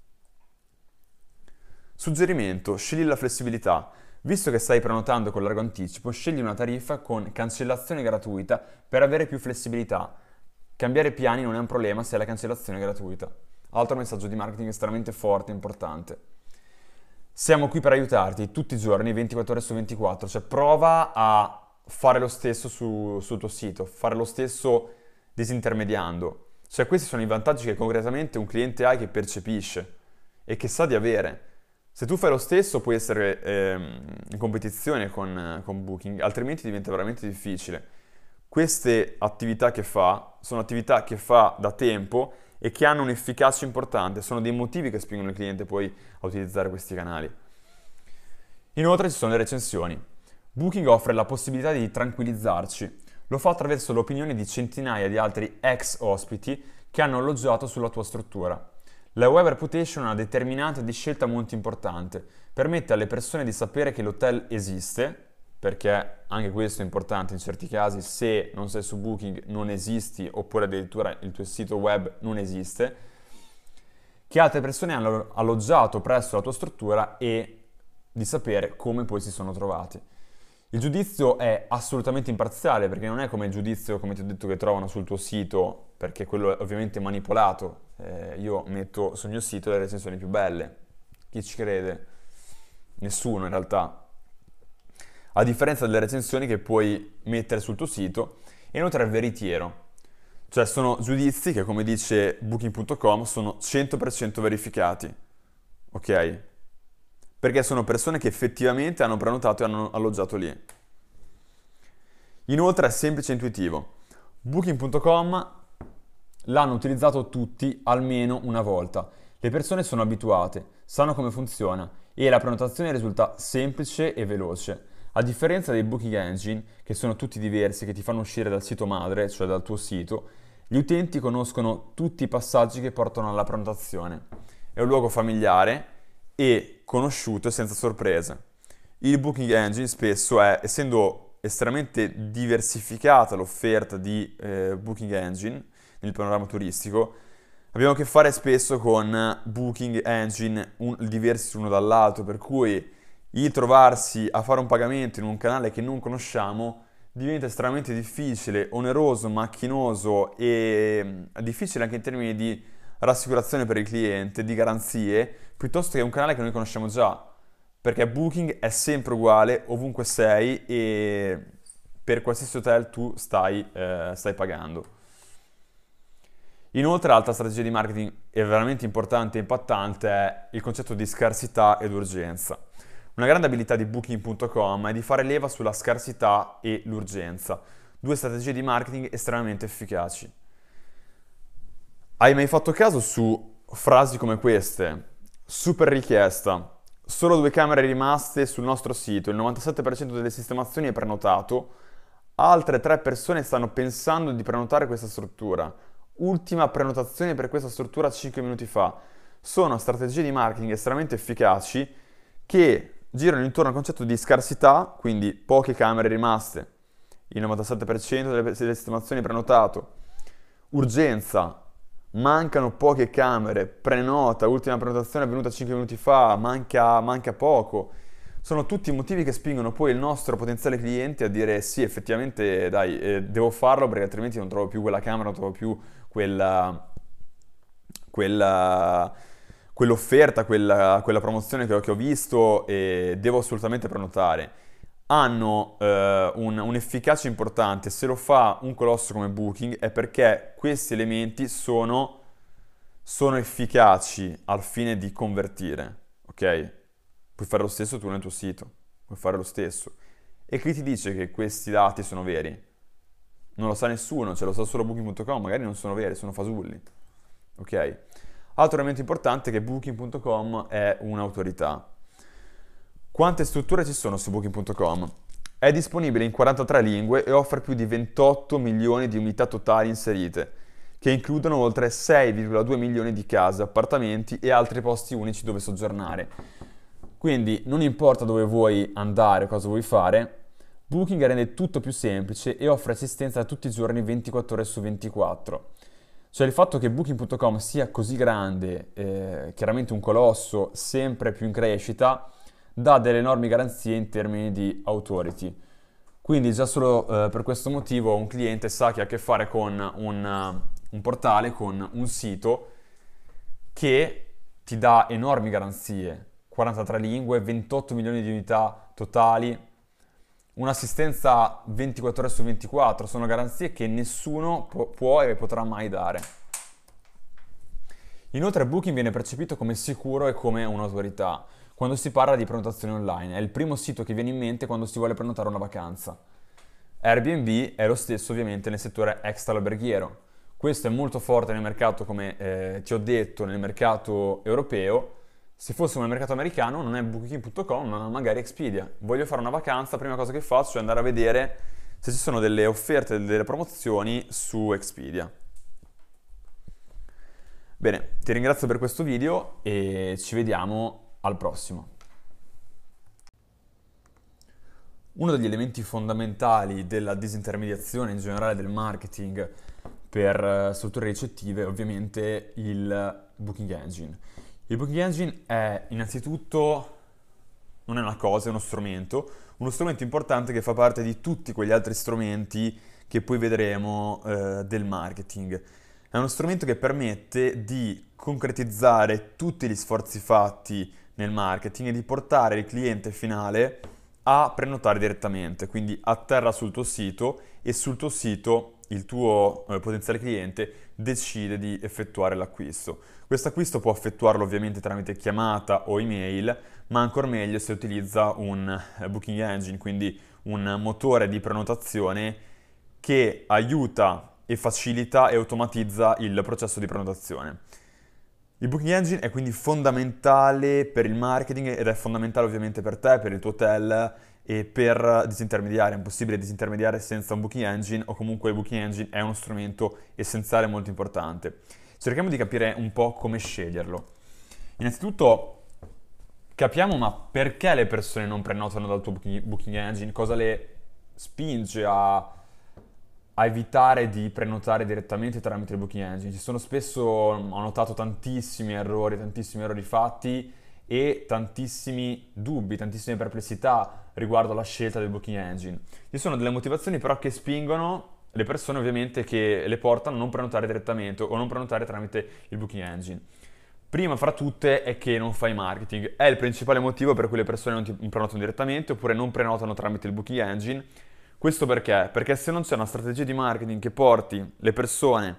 Suggerimento, scegli la flessibilità. Visto che stai prenotando con largo anticipo, scegli una tariffa con cancellazione gratuita per avere più flessibilità. Cambiare piani non è un problema se la cancellazione è gratuita. Altro messaggio di marketing estremamente forte e importante. Siamo qui per aiutarti tutti i giorni, 24 ore su 24, cioè prova a fare lo stesso sul tuo sito, fare lo stesso disintermediando. Cioè questi sono i vantaggi che concretamente un cliente ha e che percepisce e che sa di avere. Se tu fai lo stesso puoi essere in competizione con Booking, altrimenti diventa veramente difficile. Queste attività che fa sono attività che fa da tempo e che hanno un'efficacia importante, sono dei motivi che spingono il cliente poi a utilizzare questi canali. Inoltre ci sono le recensioni. Booking offre la possibilità di tranquillizzarci. Lo fa attraverso l'opinione di centinaia di altri ex ospiti che hanno alloggiato sulla tua struttura. La web reputation è una determinante di scelta molto importante. Permette alle persone di sapere che l'hotel esiste, perché anche questo è importante in certi casi, se non sei su Booking non esisti, oppure addirittura il tuo sito web non esiste, che altre persone hanno alloggiato presso la tua struttura e di sapere come poi si sono trovati. Il giudizio è assolutamente imparziale, perché non è come il giudizio, come ti ho detto, che trovano sul tuo sito, perché quello è ovviamente manipolato. Io metto sul mio sito le recensioni più belle. Chi ci crede? Nessuno in realtà. A differenza delle recensioni che puoi mettere sul tuo sito, e inoltre è veritiero. Cioè sono giudizi che, come dice Booking.com, sono 100% verificati. Ok? Perché sono persone che effettivamente hanno prenotato e hanno alloggiato lì. Inoltre è semplice e intuitivo. Booking.com l'hanno utilizzato tutti almeno una volta. Le persone sono abituate, sanno come funziona e la prenotazione risulta semplice e veloce. A differenza dei booking engine, che sono tutti diversi, che ti fanno uscire dal sito madre, cioè dal tuo sito, gli utenti conoscono tutti i passaggi che portano alla prenotazione. È un luogo familiare e conosciuto e senza sorprese. Il booking engine spesso essendo estremamente diversificata l'offerta di booking engine nel panorama turistico, Abbiamo a che fare spesso con booking engine diversi l'uno dall'altro, per cui il trovarsi a fare un pagamento in un canale che non conosciamo diventa estremamente difficile, oneroso, macchinoso e difficile anche in termini di rassicurazione per il cliente, di garanzie, piuttosto che un canale che noi conosciamo già, perché Booking è sempre uguale ovunque sei e per qualsiasi hotel tu stai pagando. Inoltre, l'altra strategia di marketing è veramente importante e impattante è il concetto di scarsità ed urgenza. Una grande abilità di Booking.com è di fare leva sulla scarsità e l'urgenza, due strategie di marketing estremamente efficaci. Hai mai fatto caso su frasi come queste? Super richiesta, solo 2 camere rimaste sul nostro sito, il 97% delle sistemazioni è prenotato, altre 3 persone stanno pensando di prenotare questa struttura. Ultima prenotazione per questa struttura 5 minuti fa. Sono strategie di marketing estremamente efficaci che girano intorno al concetto di scarsità, quindi poche camere rimaste, il 97% delle sistemazioni prenotato, urgenza, mancano poche camere, prenota, ultima prenotazione è avvenuta 5 minuti fa, manca poco. Sono tutti motivi che spingono poi il nostro potenziale cliente a dire sì, effettivamente, dai, devo farlo perché altrimenti non trovo più quella camera, non trovo più quella, quell'offerta, quella promozione che ho visto e devo assolutamente prenotare. Hanno un'efficacia importante, se lo fa un colosso come Booking è perché questi elementi sono efficaci al fine di convertire, ok? Puoi fare lo stesso tu nel tuo sito, puoi fare lo stesso. E chi ti dice che questi dati sono veri? Non lo sa nessuno, ce lo sa solo Booking.com, magari non sono veri, sono fasulli. Ok? Altro elemento importante è che Booking.com è un'autorità. Quante strutture ci sono su Booking.com? È disponibile in 43 lingue e offre più di 28 milioni di unità totali inserite, che includono oltre 6,2 milioni di case, appartamenti e altri posti unici dove soggiornare. Quindi non importa dove vuoi andare, cosa vuoi fare, Booking rende tutto più semplice e offre assistenza tutti i giorni 24 ore su 24. Cioè il fatto che Booking.com sia così grande, chiaramente un colosso sempre più in crescita, dà delle enormi garanzie in termini di authority. Quindi già solo per questo motivo un cliente sa che ha a che fare con un portale, con un sito che ti dà enormi garanzie. 43 lingue, 28 milioni di unità totali, un'assistenza 24 ore su 24, sono garanzie che nessuno può e potrà mai dare. Inoltre Booking viene percepito come sicuro e come un'autorità quando si parla di prenotazione online, è il primo sito che viene in mente quando si vuole prenotare una vacanza. Airbnb è lo stesso ovviamente nel settore extra-alberghiero. Questo è molto forte nel mercato, come ti ho detto, nel mercato europeo. Se fossimo nel mercato americano non è Booking.com, ma magari Expedia. Voglio fare una vacanza, prima cosa che faccio è andare a vedere se ci sono delle offerte, delle promozioni su Expedia. Bene, ti ringrazio per questo video e ci vediamo al prossimo. Uno degli elementi fondamentali della disintermediazione in generale del marketing per strutture ricettive è ovviamente il Booking Engine. Il Booking Engine è innanzitutto, non è una cosa, è uno strumento importante che fa parte di tutti quegli altri strumenti che poi vedremo del marketing. È uno strumento che permette di concretizzare tutti gli sforzi fatti nel marketing e di portare il cliente finale a prenotare direttamente, quindi atterra sul tuo sito e sul tuo sito il tuo potenziale cliente decide di effettuare l'acquisto. Questo acquisto può effettuarlo ovviamente tramite chiamata o email, ma ancora meglio se utilizza un booking engine, quindi un motore di prenotazione che aiuta e facilita e automatizza il processo di prenotazione. Il booking engine è quindi fondamentale per il marketing ed è fondamentale ovviamente per te, per il tuo hotel e per disintermediare. È impossibile disintermediare senza un booking engine o comunque il booking engine è uno strumento essenziale molto importante. Cerchiamo di capire un po' come sceglierlo. Innanzitutto capiamo ma perché le persone non prenotano dal tuo booking engine, cosa le spinge a a evitare di prenotare direttamente tramite il booking engine. Ci sono spesso, ho notato tantissimi errori fatti e tantissimi dubbi, tantissime perplessità riguardo alla scelta del booking engine. Ci sono delle motivazioni però che spingono le persone ovviamente che le portano a non prenotare direttamente o non prenotare tramite il booking engine. Prima fra tutte è che non fai marketing, è il principale motivo per cui le persone non ti prenotano direttamente oppure non prenotano tramite il booking engine. Questo perché? Perché se non c'è una strategia di marketing che porti le persone,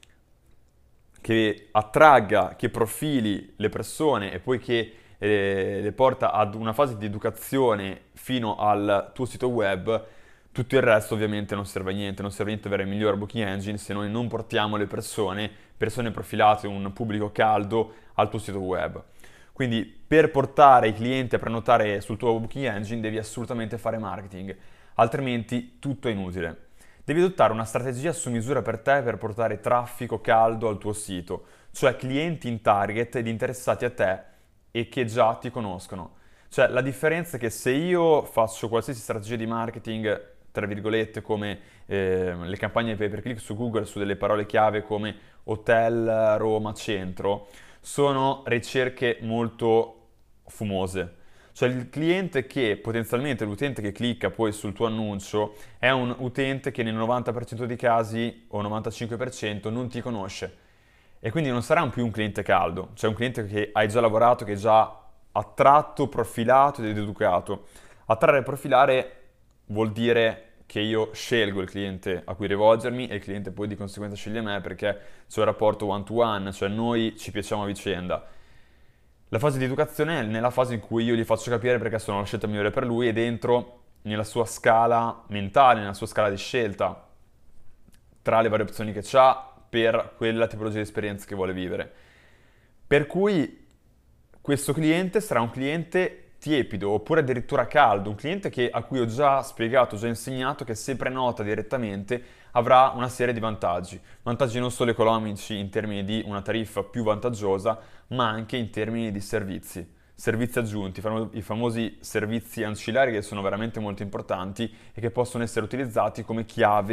che attragga, che profili le persone e poi che le porta ad una fase di educazione fino al tuo sito web, tutto il resto ovviamente non serve a niente, non serve a niente avere il migliore booking engine se noi non portiamo le persone profilate, un pubblico caldo al tuo sito web. Quindi per portare i clienti a prenotare sul tuo booking engine devi assolutamente fare marketing, altrimenti tutto è inutile. Devi adottare una strategia su misura per te per portare traffico caldo al tuo sito, cioè clienti in target ed interessati a te e che già ti conoscono. Cioè la differenza è che se io faccio qualsiasi strategia di marketing, tra virgolette, come le campagne pay per click su Google su delle parole chiave come hotel, Roma, centro, sono ricerche molto fumose. Cioè il cliente che potenzialmente l'utente che clicca poi sul tuo annuncio è un utente che nel 90% dei casi o 95% non ti conosce e quindi non sarà più un cliente caldo, cioè un cliente che hai già lavorato, che hai già attratto, profilato ed educato. Attrarre e profilare vuol dire che io scelgo il cliente a cui rivolgermi e il cliente poi di conseguenza sceglie me perché c'è un rapporto one to one, cioè noi ci piacciamo a vicenda. La fase di educazione è nella fase in cui io gli faccio capire perché sono la scelta migliore per lui e dentro nella sua scala mentale, nella sua scala di scelta, tra le varie opzioni che ha per quella tipologia di esperienza che vuole vivere. Per cui questo cliente sarà un cliente tiepido oppure addirittura caldo, un cliente a cui ho già spiegato, già insegnato che se prenota direttamente avrà una serie di vantaggi. Vantaggi non solo economici in termini di una tariffa più vantaggiosa, ma anche in termini di servizi. Servizi aggiunti, i famosi servizi ancillari che sono veramente molto importanti e che possono essere utilizzati come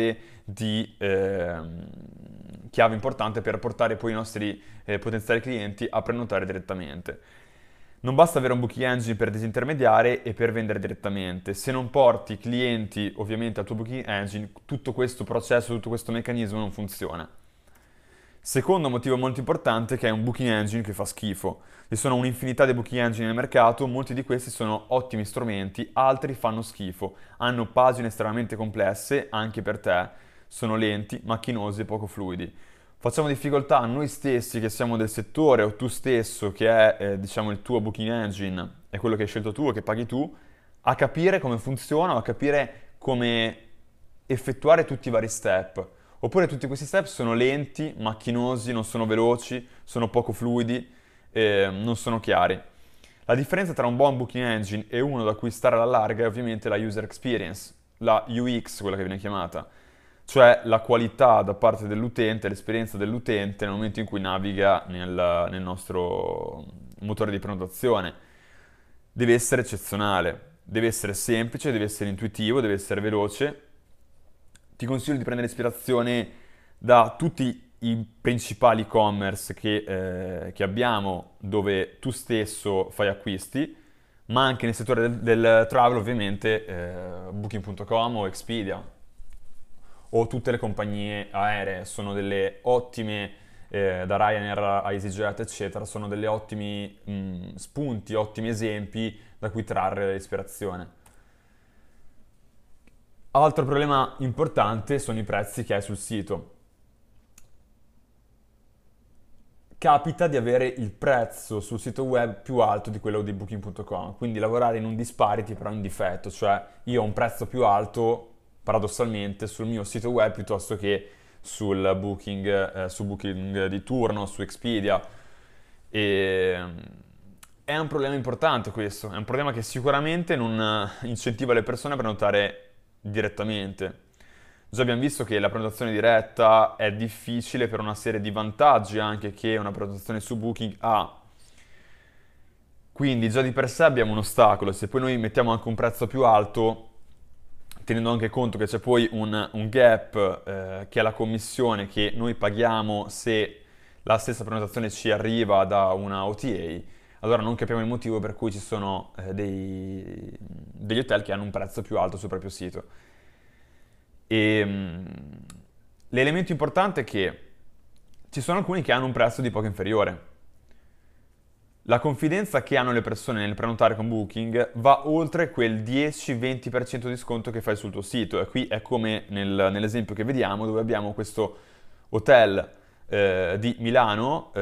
chiave importante per portare poi i nostri potenziali clienti a prenotare direttamente. Non basta avere un booking engine per disintermediare e per vendere direttamente. Se non porti clienti ovviamente al tuo booking engine, tutto questo processo, tutto questo meccanismo non funziona. Secondo motivo molto importante è che è un booking engine che fa schifo. Ci sono un'infinità di booking engine nel mercato, molti di questi sono ottimi strumenti, altri fanno schifo, hanno pagine estremamente complesse anche per te, sono lenti, macchinosi e poco fluidi. Facciamo difficoltà a noi stessi che siamo del settore o tu stesso che è diciamo il tuo booking engine, è quello che hai scelto tu o che paghi tu, a capire come funziona o a capire come effettuare tutti i vari step. Oppure tutti questi step sono lenti, macchinosi, non sono veloci, sono poco fluidi, non sono chiari. La differenza tra un buon booking engine e uno da cui stare alla larga è ovviamente la user experience, la UX, quella che viene chiamata, cioè la qualità da parte dell'utente, l'esperienza dell'utente nel momento in cui naviga nel nostro motore di prenotazione. Deve essere eccezionale, deve essere semplice, deve essere intuitivo, deve essere veloce. Ti consiglio di prendere ispirazione da tutti i principali e-commerce che abbiamo dove tu stesso fai acquisti, ma anche nel settore del travel ovviamente Booking.com o Expedia o tutte le compagnie aeree sono delle ottime, da Ryanair a EasyJet eccetera, sono delle ottimi spunti, ottimi esempi da cui trarre ispirazione. Altro problema importante sono i prezzi che hai sul sito. Capita di avere il prezzo sul sito web più alto di quello di Booking.com, quindi lavorare in un disparity però in difetto, cioè io ho un prezzo più alto paradossalmente sul mio sito web piuttosto che su Booking di turno, su Expedia. E è un problema importante questo, è un problema che sicuramente non incentiva le persone a prenotare direttamente. Già abbiamo visto che la prenotazione diretta è difficile per una serie di vantaggi anche che una prenotazione su Booking ha. Quindi già di per sé abbiamo un ostacolo, se poi noi mettiamo anche un prezzo più alto, tenendo anche conto che c'è poi un gap che è la commissione che noi paghiamo se la stessa prenotazione ci arriva da una OTA, allora non capiamo il motivo per cui ci sono degli hotel che hanno un prezzo più alto sul proprio sito. L'elemento importante è che ci sono alcuni che hanno un prezzo di poco inferiore. La confidenza che hanno le persone nel prenotare con Booking va oltre quel 10-20% di sconto che fai sul tuo sito. E qui è come nell'esempio che vediamo, dove abbiamo questo hotel di Milano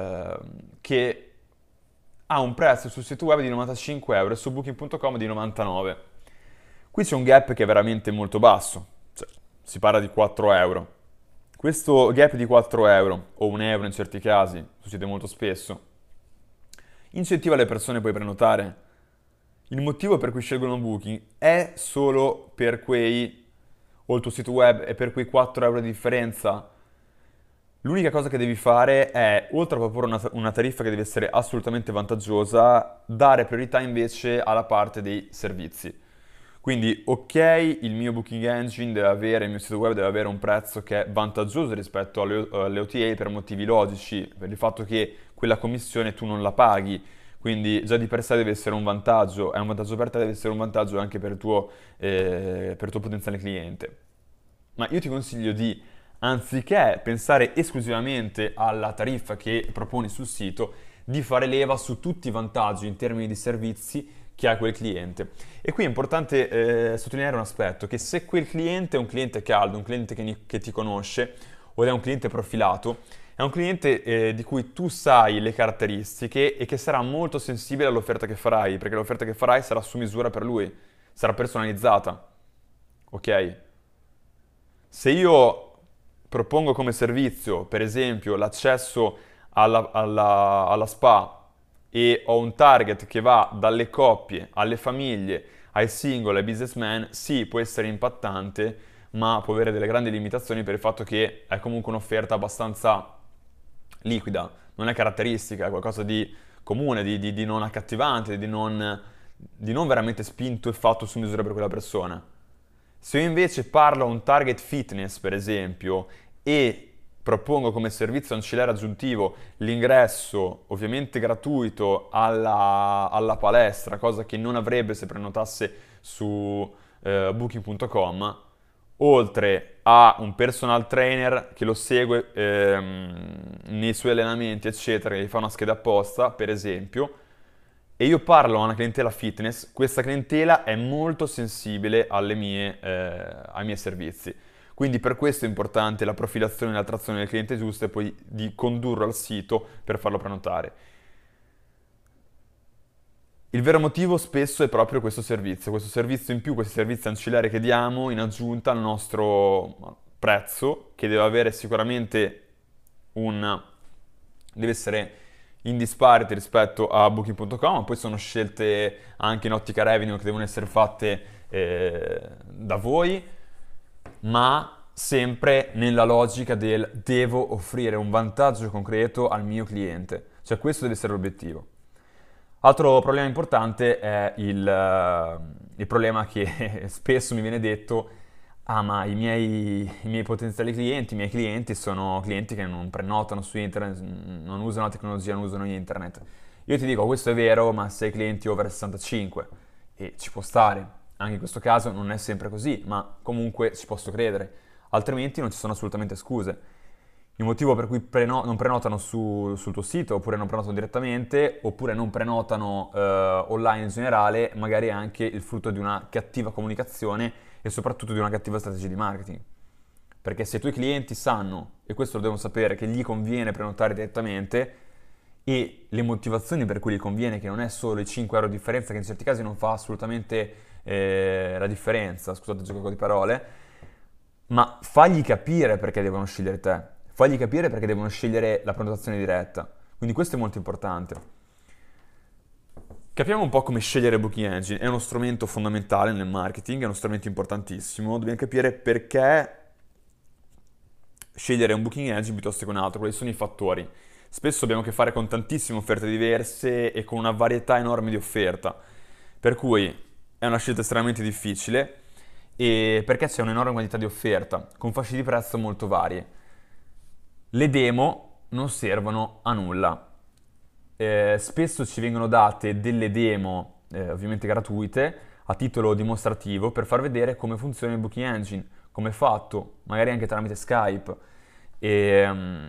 che ha un prezzo sul sito web di 95 euro e su Booking.com di 99. Qui c'è un gap che è veramente molto basso, cioè, si parla di 4 euro. Questo gap di 4 euro, o 1 euro in certi casi, succede molto spesso, incentiva le persone poi a prenotare. Il motivo per cui scelgono Booking è solo per quei, o il tuo sito web, è per quei 4 euro di differenza. L'unica cosa che devi fare è, oltre a proporre una tariffa che deve essere assolutamente vantaggiosa, dare priorità invece alla parte dei servizi. Quindi, ok, il mio Booking Engine deve avere, il mio sito web deve avere un prezzo che è vantaggioso rispetto alle OTA per motivi logici, per il fatto che quella commissione tu non la paghi, quindi già di per sé deve essere un vantaggio, è un vantaggio per te, deve essere un vantaggio anche per il tuo potenziale cliente. Ma io ti consiglio di, anziché pensare esclusivamente alla tariffa che proponi sul sito, di fare leva su tutti i vantaggi in termini di servizi che ha quel cliente. E qui è importante sottolineare un aspetto, che se quel cliente è un cliente caldo, un cliente che ti conosce, o è un cliente profilato, è un cliente di cui tu sai le caratteristiche e che sarà molto sensibile all'offerta che farai, perché l'offerta che farai sarà su misura per lui, sarà personalizzata. Ok? Se io propongo come servizio, per esempio, l'accesso alla spa e ho un target che va dalle coppie alle famiglie, ai singoli, ai businessmen, sì, può essere impattante, ma può avere delle grandi limitazioni per il fatto che è comunque un'offerta abbastanza liquida, non è caratteristica, è qualcosa di comune, di non accattivante, di non veramente spinto e fatto su misura per quella persona. Se io invece parlo a un target fitness, per esempio, e propongo come servizio ancillare aggiuntivo l'ingresso, ovviamente gratuito, alla palestra, cosa che non avrebbe se prenotasse su Booking.com, oltre a un personal trainer che lo segue nei suoi allenamenti, eccetera, che gli fa una scheda apposta, per esempio, e io parlo a una clientela fitness, questa clientela è molto sensibile ai miei servizi. Quindi per questo è importante la profilazione e l'attrazione del cliente giusto e poi di condurlo al sito per farlo prenotare. Il vero motivo spesso è proprio questo servizio in più, questi servizi ancillari che diamo in aggiunta al nostro prezzo, che deve avere sicuramente deve essere in disparity rispetto a Booking.com, ma poi sono scelte anche in ottica revenue che devono essere fatte da voi, ma sempre nella logica del devo offrire un vantaggio concreto al mio cliente, cioè questo deve essere l'obiettivo. Altro problema importante è il problema che spesso mi viene detto: ah, ma i miei potenziali clienti, i miei clienti sono clienti che non prenotano su internet, non usano la tecnologia, non usano internet. Io ti dico, questo è vero, ma se hai clienti over 65, e ci può stare, anche in questo caso non è sempre così, ma comunque ci posso credere, altrimenti non ci sono assolutamente scuse. Il motivo per cui non prenotano sul tuo sito, oppure non prenotano direttamente, oppure non prenotano online in generale, magari è anche il frutto di una cattiva comunicazione e soprattutto di una cattiva strategia di marketing. Perché se i tuoi clienti sanno, e questo lo devono sapere, che gli conviene prenotare direttamente, e le motivazioni per cui gli conviene, che non è solo i 5 euro di differenza, che in certi casi non fa assolutamente la differenza, scusate il gioco di parole, ma fagli capire perché devono scegliere te. Fagli capire perché devono scegliere la prenotazione diretta. Quindi questo è molto importante. Capiamo un po' come scegliere Booking Engine. È uno strumento fondamentale nel marketing, è uno strumento importantissimo. Dobbiamo capire perché scegliere un Booking Engine piuttosto che un altro, quali sono i fattori. Spesso abbiamo a che fare con tantissime offerte diverse e con una varietà enorme di offerta, per cui è una scelta estremamente difficile e perché c'è un'enorme quantità di offerta, con fasce di prezzo molto varie. Le demo non servono a nulla. Spesso ci vengono date delle demo, ovviamente gratuite, a titolo dimostrativo per far vedere come funziona il Booking Engine, come è fatto, magari anche tramite Skype. E,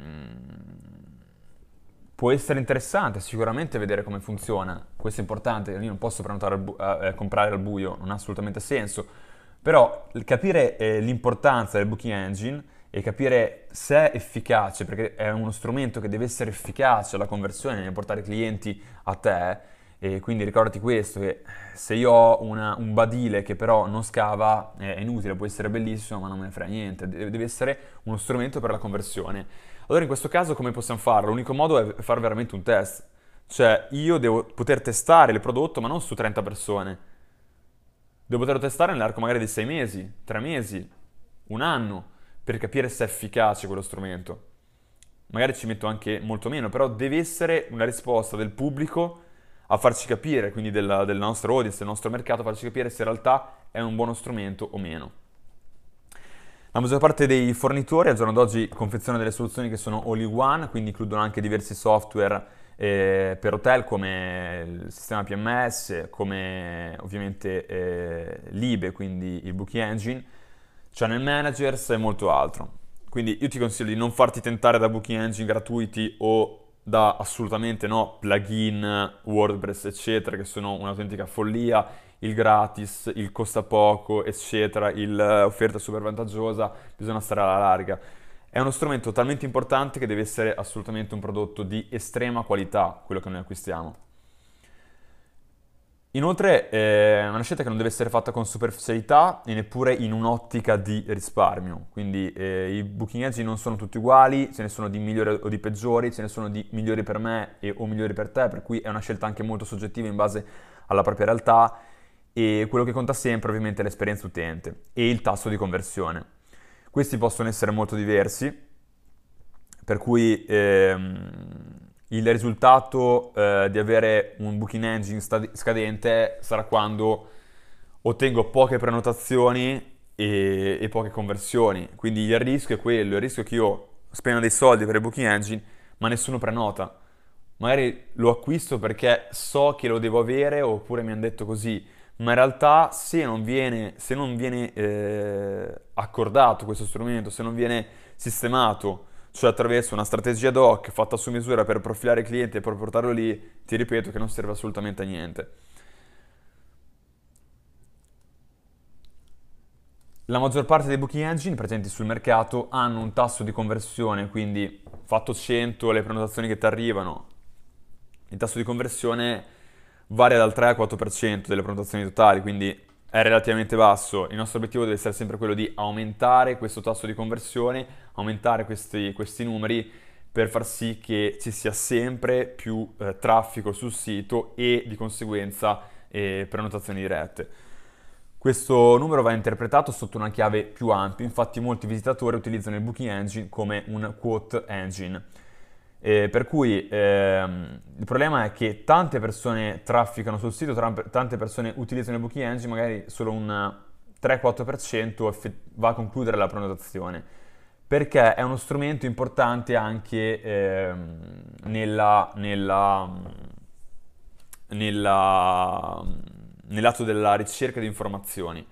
può essere interessante sicuramente vedere come funziona, questo è importante, io non posso prenotare comprare al buio, non ha assolutamente senso, però capire l'importanza del Booking Engine e capire se è efficace, perché è uno strumento che deve essere efficace alla conversione nel portare clienti a te, e quindi ricordati questo, che se io ho un badile che però non scava, è inutile, può essere bellissimo, ma non me ne frega niente, deve essere uno strumento per la conversione. Allora in questo caso come possiamo farlo? L'unico modo è fare veramente un test, cioè io devo poter testare il prodotto, ma non su 30 persone, devo poterlo testare nell'arco magari di 6 mesi, 3 mesi, un anno, per capire se è efficace quello strumento. Magari ci metto anche molto meno, però deve essere una risposta del pubblico a farci capire, quindi del nostro audience, del nostro mercato, a farci capire se in realtà è un buono strumento o meno. La maggior parte dei fornitori al giorno d'oggi confezionano delle soluzioni che sono all-in-one, quindi includono anche diversi software per hotel come il sistema PMS, come ovviamente l'IBE, quindi il Booking Engine, Channel Managers e molto altro. Quindi io ti consiglio di non farti tentare da Booking Engine gratuiti o da assolutamente no plugin, WordPress, eccetera, che sono un'autentica follia, il gratis, il costa poco, eccetera, l'offerta super vantaggiosa, bisogna stare alla larga. È uno strumento talmente importante che deve essere assolutamente un prodotto di estrema qualità, quello che noi acquistiamo. Inoltre è una scelta che non deve essere fatta con superficialità e neppure in un'ottica di risparmio, quindi i booking engine non sono tutti uguali, ce ne sono di migliori o di peggiori, ce ne sono di migliori per me o migliori per te, per cui è una scelta anche molto soggettiva in base alla propria realtà e quello che conta sempre ovviamente è l'esperienza utente e il tasso di conversione. Questi possono essere molto diversi, per cui il risultato di avere un booking engine scadente sarà quando ottengo poche prenotazioni e poche conversioni. Quindi il rischio è quello, il rischio è che io spenda dei soldi per il booking engine, ma nessuno prenota. Magari lo acquisto perché so che lo devo avere oppure mi hanno detto così, ma in realtà se non viene accordato questo strumento, se non viene sistemato, cioè attraverso una strategia ad hoc fatta su misura per profilare il cliente e poi portarlo lì, ti ripeto che non serve assolutamente a niente. La maggior parte dei booking engine presenti sul mercato hanno un tasso di conversione, quindi fatto 100 le prenotazioni che ti arrivano, il tasso di conversione varia dal 3 al 4% delle prenotazioni totali, quindi è relativamente basso. Il nostro obiettivo deve essere sempre quello di aumentare questo tasso di conversione, aumentare questi numeri per far sì che ci sia sempre più traffico sul sito e di conseguenza prenotazioni dirette. Questo numero va interpretato sotto una chiave più ampia, infatti molti visitatori utilizzano il Booking Engine come un quote engine. Per cui il problema è che tante persone trafficano sul sito, tante persone utilizzano il Booking Engine, magari solo un 3-4% va a concludere la prenotazione, perché è uno strumento importante anche nella- nell'atto della ricerca di informazioni.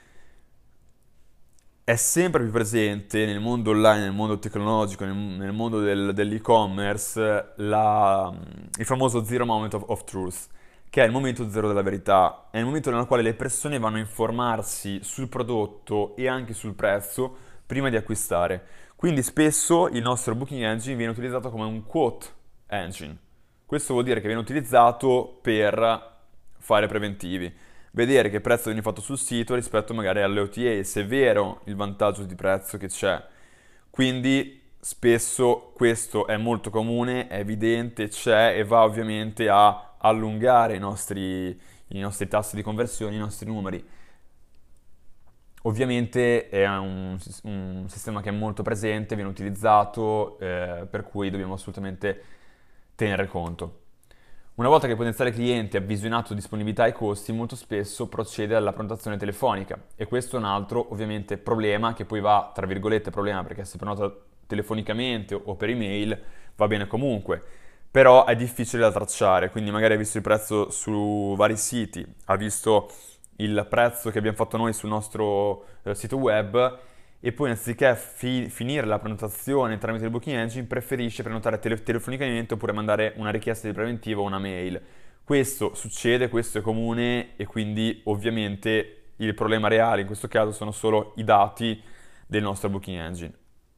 È sempre più presente nel mondo online, nel mondo tecnologico, nel mondo dell'e-commerce, il famoso Zero Moment of Truth, che è il momento zero della verità. È il momento nel quale le persone vanno a informarsi sul prodotto e anche sul prezzo prima di acquistare. Quindi spesso il nostro Booking Engine viene utilizzato come un quote engine. Questo vuol dire che viene utilizzato per fare preventivi, vedere che prezzo viene fatto sul sito rispetto magari alle OTA, se è vero il vantaggio di prezzo che c'è. Quindi spesso questo è molto comune, è evidente, c'è e va ovviamente a allungare i nostri tassi di conversione, i nostri numeri. Ovviamente è un sistema che è molto presente, viene utilizzato, per cui dobbiamo assolutamente tenere conto. Una volta che il potenziale cliente ha visionato disponibilità e costi, molto spesso procede alla prenotazione telefonica e questo è un altro ovviamente problema che poi va, tra virgolette, problema perché se prenota telefonicamente o per email va bene comunque, però è difficile da tracciare, quindi magari ha visto il prezzo su vari siti, ha visto il prezzo che abbiamo fatto noi sul nostro sito web e poi anziché finire la prenotazione tramite il Booking Engine preferisce prenotare telefonicamente oppure mandare una richiesta di preventivo o una mail. Questo succede, questo è comune e quindi ovviamente il problema reale in questo caso sono solo i dati del nostro Booking Engine.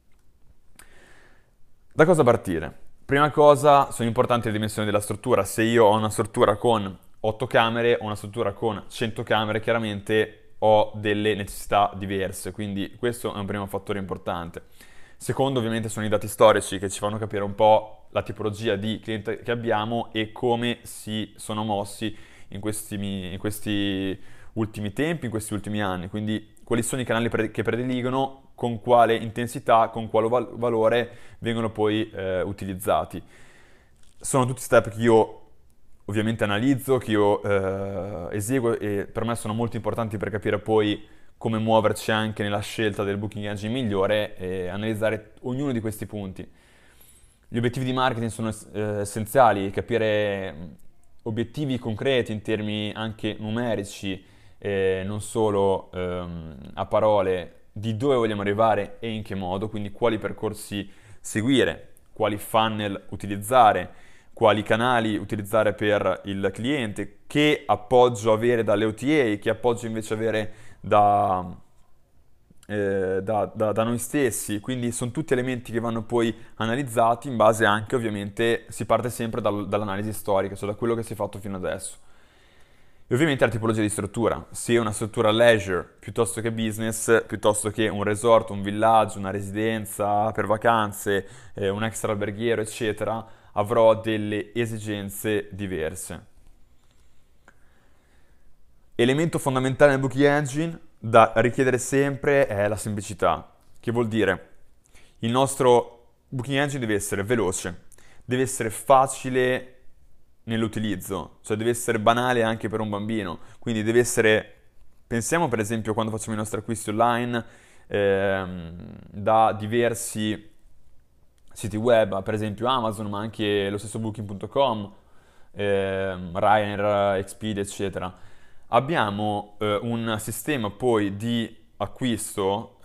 Da cosa partire? Prima cosa sono importanti le dimensioni della struttura. Se io ho una struttura con 8 camere o una struttura con 100 camere, chiaramente ho delle necessità diverse, quindi questo è un primo fattore importante. Secondo, ovviamente, sono i dati storici che ci fanno capire un po' la tipologia di cliente che abbiamo e come si sono mossi in questi ultimi tempi, in questi ultimi anni. Quindi quali sono i canali che prediligono, con quale intensità, con quale valore vengono poi utilizzati. Sono tutti step che io ovviamente analizzo, che io eseguo e per me sono molto importanti per capire poi come muoverci anche nella scelta del booking engine migliore e analizzare ognuno di questi punti. Gli obiettivi di marketing sono essenziali, capire obiettivi concreti in termini anche numerici, non solo a parole, di dove vogliamo arrivare e in che modo, quindi quali percorsi seguire, quali funnel utilizzare, quali canali utilizzare per il cliente, che appoggio avere dalle OTA, che appoggio invece avere da noi stessi, quindi sono tutti elementi che vanno poi analizzati in base anche, ovviamente, si parte sempre dall'analisi storica, cioè da quello che si è fatto fino adesso. E ovviamente la tipologia di struttura, se è una struttura leisure piuttosto che business, piuttosto che un resort, un villaggio, una residenza per vacanze, un extra alberghiero, eccetera, avrò delle esigenze diverse. Elemento fondamentale nel Booking Engine da richiedere sempre è la semplicità, che vuol dire il nostro Booking Engine deve essere veloce, deve essere facile nell'utilizzo, cioè deve essere banale anche per un bambino, quindi deve essere, pensiamo per esempio quando facciamo i nostri acquisti online da diversi siti web, per esempio Amazon, ma anche lo stesso Booking.com, Ryanair, Expedia, eccetera. Abbiamo un sistema poi di acquisto,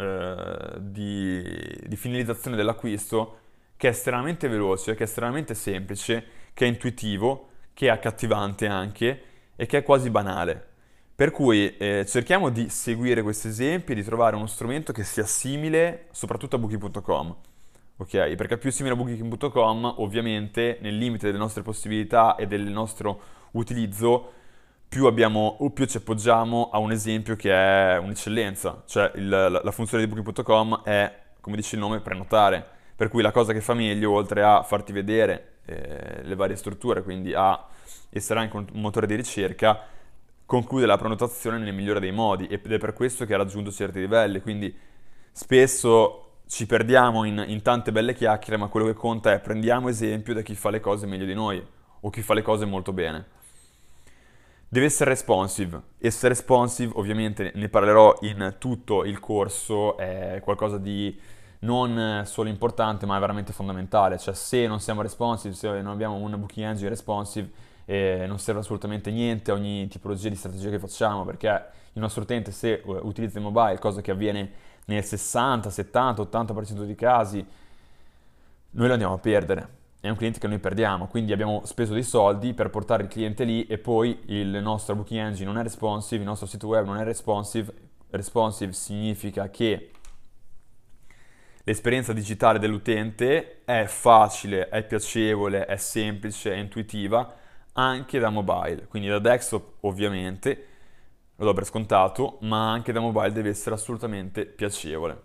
di finalizzazione dell'acquisto che è estremamente veloce, che è estremamente semplice, che è intuitivo, che è accattivante anche e che è quasi banale. Per cui cerchiamo di seguire questi esempi e di trovare uno strumento che sia simile soprattutto a Booking.com. Ok? Perché più simile a Booking.com, ovviamente, nel limite delle nostre possibilità e del nostro utilizzo, più abbiamo o più ci appoggiamo a un esempio che è un'eccellenza. Cioè la funzione di Booking.com è, come dice il nome, prenotare. Per cui la cosa che fa meglio, oltre a farti vedere le varie strutture, quindi a essere anche un motore di ricerca, conclude la prenotazione nel migliore dei modi ed è per questo che ha raggiunto certi livelli. Quindi spesso ci perdiamo in tante belle chiacchiere, ma quello che conta è prendiamo esempio da chi fa le cose meglio di noi o chi fa le cose molto bene. Deve essere responsive. Essere responsive, ovviamente, ne parlerò in tutto il corso, è qualcosa di non solo importante, ma è veramente fondamentale. Cioè, se non siamo responsive, se non abbiamo un booking engine responsive, non serve assolutamente niente a ogni tipologia di strategia che facciamo, perché il nostro utente, se utilizza il mobile, cosa che avviene nel 60, 70, 80% dei casi, noi lo andiamo a perdere. È un cliente che noi perdiamo, quindi abbiamo speso dei soldi per portare il cliente lì e poi il nostro booking engine non è responsive, il nostro sito web non è responsive. Responsive significa che l'esperienza digitale dell'utente è facile, è piacevole, è semplice, è intuitiva anche da mobile, quindi da desktop ovviamente, lo do per scontato, ma anche da mobile deve essere assolutamente piacevole.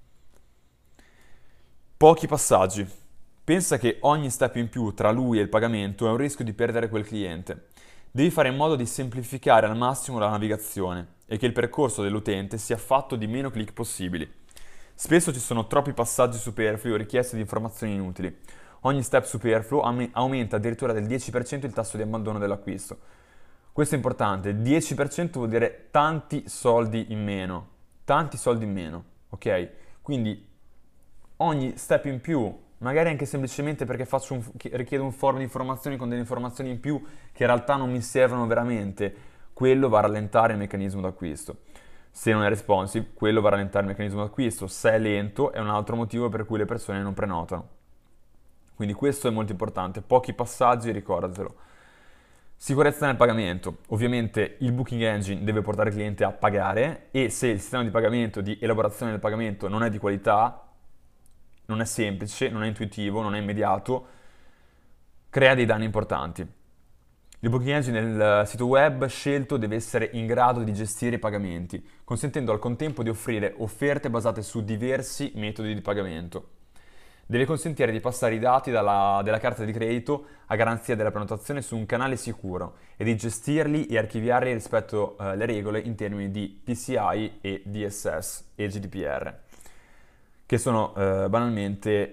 Pochi passaggi. Pensa che ogni step in più tra lui e il pagamento è un rischio di perdere quel cliente. Devi fare in modo di semplificare al massimo la navigazione e che il percorso dell'utente sia fatto di meno click possibili. Spesso ci sono troppi passaggi superflui o richieste di informazioni inutili. Ogni step superfluo aumenta addirittura del 10% il tasso di abbandono dell'acquisto. Questo è importante, 10% vuol dire tanti soldi in meno, ok? Quindi ogni step in più, magari anche semplicemente perché richiedo un form di informazioni con delle informazioni in più che in realtà non mi servono veramente, quello va a rallentare il meccanismo d'acquisto. Se non è responsive, quello va a rallentare il meccanismo d'acquisto. Se è lento, è un altro motivo per cui le persone non prenotano. Quindi questo è molto importante. Pochi passaggi, ricordatelo. Sicurezza nel pagamento. Ovviamente il booking engine deve portare il cliente a pagare e se il sistema di pagamento, di elaborazione del pagamento non è di qualità, non è semplice, non è intuitivo, non è immediato, crea dei danni importanti. Il booking engine del sito web scelto deve essere in grado di gestire i pagamenti, consentendo al contempo di offrire offerte basate su diversi metodi di pagamento. Deve consentire di passare i dati della carta di credito a garanzia della prenotazione su un canale sicuro e di gestirli e archiviarli rispetto alle regole in termini di PCI e DSS e GDPR, che sono banalmente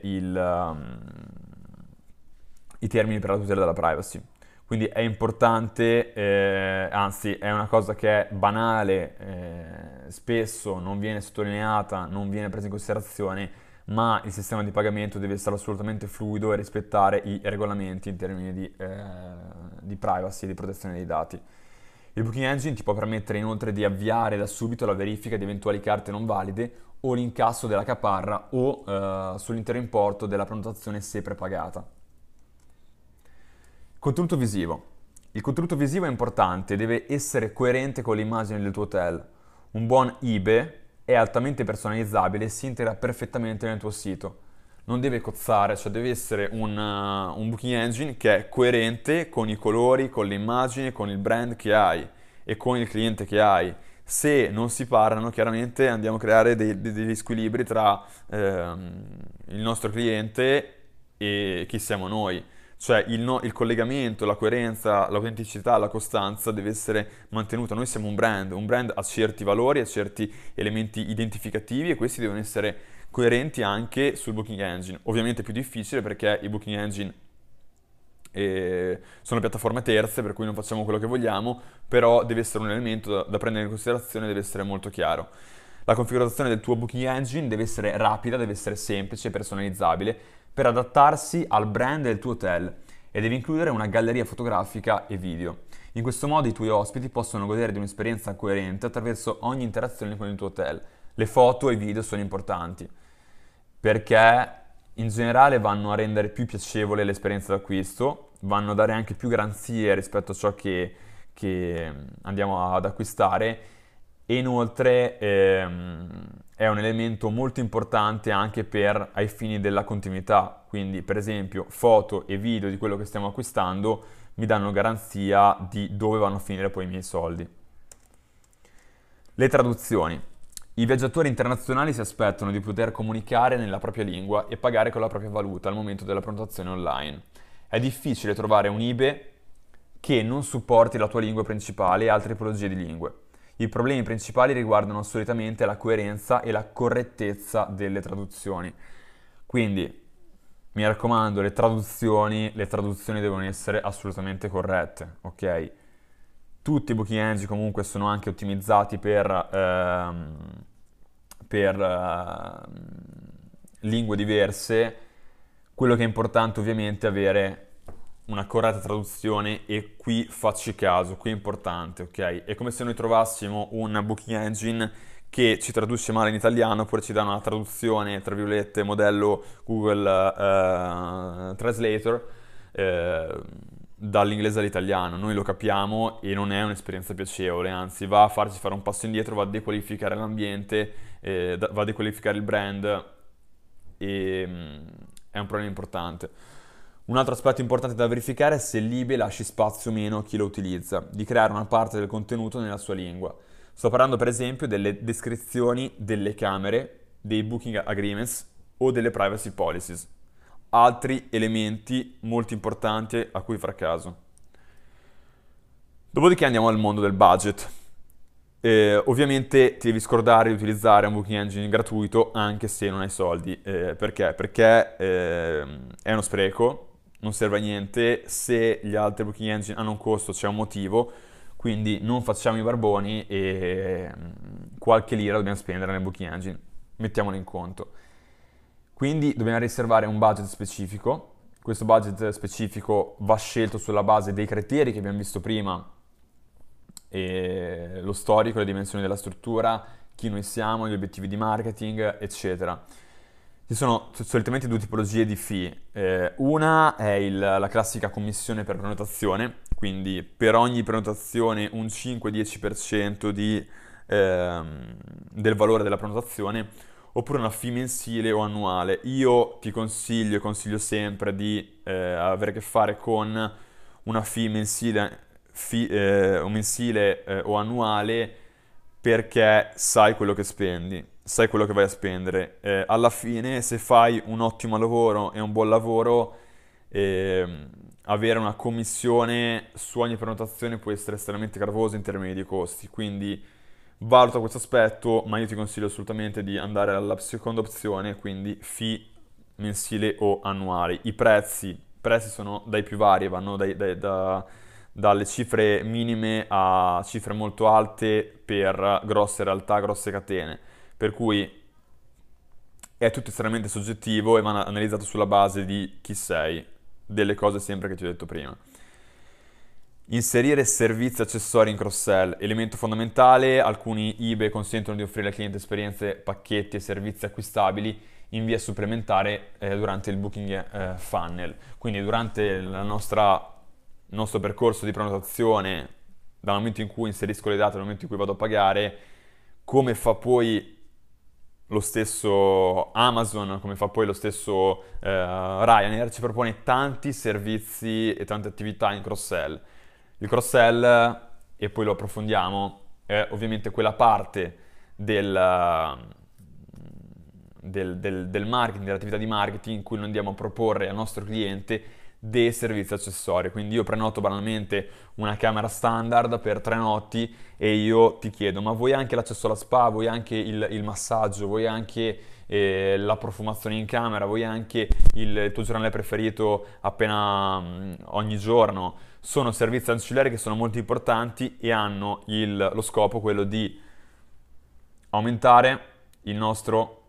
i termini per la tutela della privacy. Quindi è importante, anzi è una cosa che è banale, spesso non viene sottolineata, non viene presa in considerazione, ma il sistema di pagamento deve essere assolutamente fluido e rispettare i regolamenti in termini di privacy e di protezione dei dati. Il Booking Engine ti può permettere inoltre di avviare da subito la verifica di eventuali carte non valide o l'incasso della caparra o sull'intero importo della prenotazione se prepagata. Contenuto visivo. Il contenuto visivo è importante, deve essere coerente con l'immagine del tuo hotel. Un buon eBay è altamente personalizzabile e si integra perfettamente nel tuo sito. Non deve cozzare, cioè deve essere un booking engine che è coerente con i colori, con le immagini, con il brand che hai e con il cliente che hai. Se non si parlano, chiaramente andiamo a creare degli squilibri tra il nostro cliente e chi siamo noi. Cioè il collegamento, la coerenza, l'autenticità, la costanza deve essere mantenuta. Noi siamo un brand ha certi valori, ha certi elementi identificativi e questi devono essere coerenti anche sul Booking Engine. Ovviamente è più difficile perché i Booking Engine sono piattaforme terze per cui non facciamo quello che vogliamo, però deve essere un elemento da prendere in considerazione, deve essere molto chiaro. La configurazione del tuo Booking Engine deve essere rapida, deve essere semplice e personalizzabile per adattarsi al brand del tuo hotel e deve includere una galleria fotografica e video. In questo modo i tuoi ospiti possono godere di un'esperienza coerente attraverso ogni interazione con il tuo hotel. Le foto e i video sono importanti perché in generale vanno a rendere più piacevole l'esperienza d'acquisto, vanno a dare anche più garanzie rispetto a ciò che andiamo ad acquistare e inoltre è un elemento molto importante anche ai fini della continuità, quindi per esempio foto e video di quello che stiamo acquistando mi danno garanzia di dove vanno a finire poi i miei soldi. Le traduzioni. I viaggiatori internazionali si aspettano di poter comunicare nella propria lingua e pagare con la propria valuta al momento della prenotazione online. È difficile trovare un eBay che non supporti la tua lingua principale e altre tipologie di lingue. I problemi principali riguardano solitamente la coerenza e la correttezza delle traduzioni. Quindi, mi raccomando, le traduzioni devono essere assolutamente corrette, ok? Tutti i booking engine comunque sono anche ottimizzati per lingue diverse. Quello che è importante ovviamente è avere una corretta traduzione e qui facci caso, qui è importante, ok? È come se noi trovassimo un booking engine che ci traduce male in italiano oppure ci dà una traduzione, tra virgolette, modello Google Translator dall'inglese all'italiano. Noi lo capiamo e non è un'esperienza piacevole, anzi va a farci fare un passo indietro, va a dequalificare l'ambiente, va a dequalificare il brand e è un problema importante. Un altro aspetto importante da verificare è se l'eBay lasci spazio o meno a chi lo utilizza, di creare una parte del contenuto nella sua lingua. Sto parlando per esempio delle descrizioni delle camere, dei booking agreements o delle privacy policies. Altri elementi molto importanti a cui far caso. Dopodiché andiamo al mondo del budget. Ovviamente ti devi scordare di utilizzare un booking engine gratuito anche se non hai soldi. Perché? Perché è uno spreco, non serve a niente. Se gli altri booking engine hanno un costo c'è un motivo, quindi non facciamo i barboni e qualche lira dobbiamo spendere nel booking engine, mettiamolo in conto. Quindi dobbiamo riservare un budget specifico. Questo budget specifico va scelto sulla base dei criteri che abbiamo visto prima, e lo storico, le dimensioni della struttura, chi noi siamo, gli obiettivi di marketing, eccetera. Ci sono solitamente due tipologie di fee. Una è la classica commissione per prenotazione, quindi per ogni prenotazione un 5-10% del valore della prenotazione, oppure una fee mensile o annuale. Io ti consiglio e consiglio sempre di avere a che fare con una fee mensile o annuale, perché sai quello che spendi, sai quello che vai a spendere. Alla fine, se fai un ottimo lavoro e un buon lavoro, avere una commissione su ogni prenotazione può essere estremamente gravoso in termini di costi, quindi valuta questo aspetto, ma io ti consiglio assolutamente di andare alla seconda opzione, quindi fee mensile o annuali. I prezzi sono dai più vari, vanno dalle cifre minime a cifre molto alte per grosse realtà, grosse catene, per cui è tutto estremamente soggettivo e va analizzato sulla base di chi sei, delle cose sempre che ti ho detto prima. Inserire servizi e accessori in cross-sell, elemento fondamentale. Alcuni eBay consentono di offrire al cliente esperienze, pacchetti e servizi acquistabili in via supplementare durante il booking funnel. Quindi durante il nostro percorso di prenotazione, dal momento in cui inserisco le date al momento in cui vado a pagare, come fa poi lo stesso Amazon, come fa poi lo stesso Ryanair, ci propone tanti servizi e tante attività in cross-sell. Il cross-sell, e poi lo approfondiamo, è ovviamente quella parte del marketing, dell'attività di marketing in cui noi andiamo a proporre al nostro cliente dei servizi accessori. Quindi io prenoto banalmente una camera standard per 3 notti e io ti chiedo: ma vuoi anche l'accesso alla spa, vuoi anche il massaggio, vuoi anche la profumazione in camera, vuoi anche il tuo giornale preferito appena ogni giorno? Sono servizi ancillari che sono molto importanti e hanno lo scopo quello di aumentare il nostro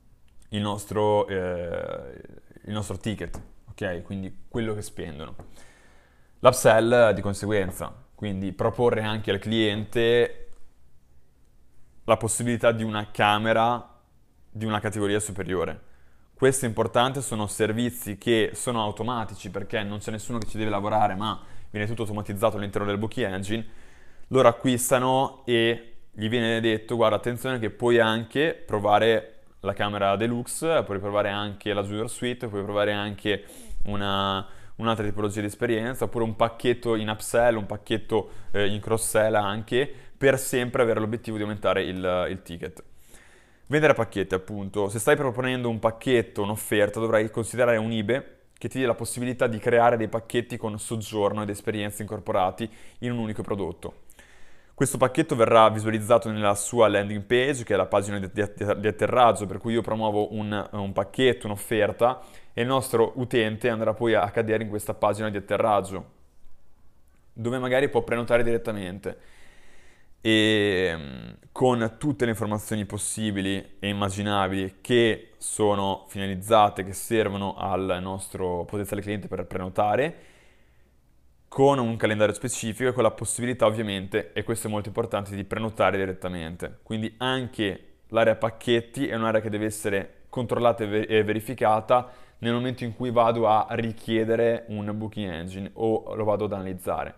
ticket, ok? Quindi quello che spendono. L'upsell di conseguenza, quindi proporre anche al cliente la possibilità di una camera di una categoria superiore. Questo è importante, sono servizi che sono automatici perché non c'è nessuno che ci deve lavorare, ma viene tutto automatizzato all'interno del booking engine. Loro acquistano e gli viene detto: guarda, attenzione che puoi anche provare la camera deluxe, puoi provare anche la Junior Suite, puoi provare anche un'altra tipologia di esperienza, oppure un pacchetto in upsell, un pacchetto in cross-sell anche, per sempre avere l'obiettivo di aumentare il ticket. Vendere pacchetti, appunto. Se stai proponendo un pacchetto, un'offerta, dovrai considerare un eBay che ti dia la possibilità di creare dei pacchetti con soggiorno ed esperienze incorporati in un unico prodotto. Questo pacchetto verrà visualizzato nella sua landing page, che è la pagina di atterraggio, per cui io promuovo un pacchetto, un'offerta, e il nostro utente andrà poi a cadere in questa pagina di atterraggio, dove magari può prenotare direttamente e con tutte le informazioni possibili e immaginabili che sono finalizzate, che servono al nostro potenziale cliente per prenotare, con un calendario specifico e con la possibilità ovviamente, e questo è molto importante, di prenotare direttamente. Quindi anche l'area pacchetti è un'area che deve essere controllata e verificata nel momento in cui vado a richiedere un booking engine o lo vado ad analizzare.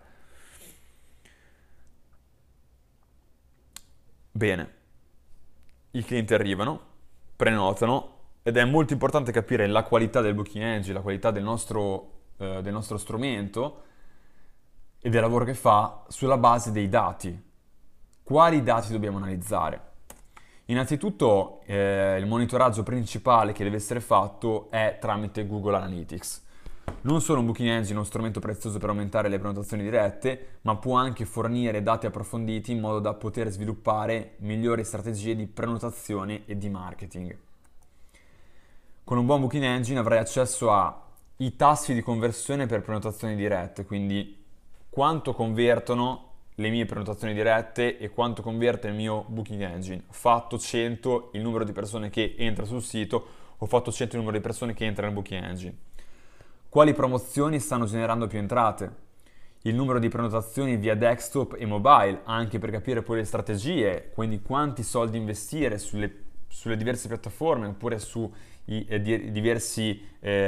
Bene, i clienti arrivano, prenotano, ed è molto importante capire la qualità del booking engine, la qualità del nostro strumento e del lavoro che fa sulla base dei dati. Quali dati dobbiamo analizzare? Innanzitutto il monitoraggio principale che deve essere fatto è tramite Google Analytics. Non solo un booking engine è uno strumento prezioso per aumentare le prenotazioni dirette, ma può anche fornire dati approfonditi in modo da poter sviluppare migliori strategie di prenotazione e di marketing. Con un buon booking engine avrai accesso ai tassi di conversione per prenotazioni dirette, quindi quanto convertono le mie prenotazioni dirette e quanto converte il mio booking engine. Fatto 100 il numero di persone che entra sul sito, o fatto 100 il numero di persone che entra nel booking engine. Quali promozioni stanno generando più entrate? Il numero di prenotazioni via desktop e mobile, anche per capire poi le strategie, quindi quanti soldi investire sulle diverse piattaforme oppure su diversi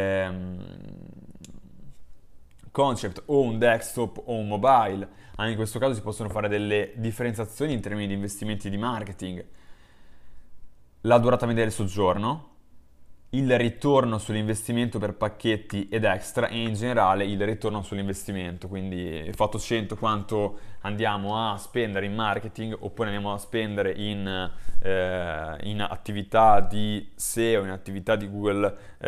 concept, o un desktop o un mobile. Anche in questo caso si possono fare delle differenziazioni in termini di investimenti di marketing. La durata media del soggiorno, il ritorno sull'investimento per pacchetti ed extra e in generale il ritorno sull'investimento, quindi fatto 100 quanto andiamo a spendere in marketing oppure andiamo a spendere in attività di SEO, in attività di Google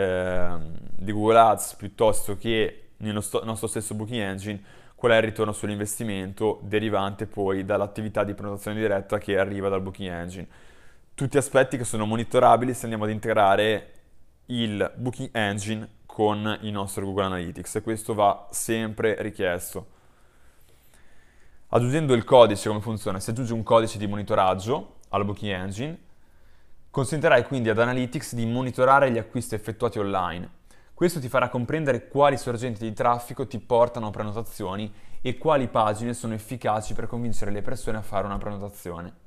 Ads piuttosto che nel nostro stesso booking engine. Qual è il ritorno sull'investimento derivante poi dall'attività di prenotazione diretta che arriva dal booking engine. Tutti aspetti che sono monitorabili se andiamo ad integrare il booking engine con il nostro Google Analytics, e questo va sempre richiesto. Aggiungendo il codice, come funziona? Se aggiungi un codice di monitoraggio al booking engine, consentirai quindi ad Analytics di monitorare gli acquisti effettuati online. Questo ti farà comprendere quali sorgenti di traffico ti portano a prenotazioni e quali pagine sono efficaci per convincere le persone a fare una prenotazione.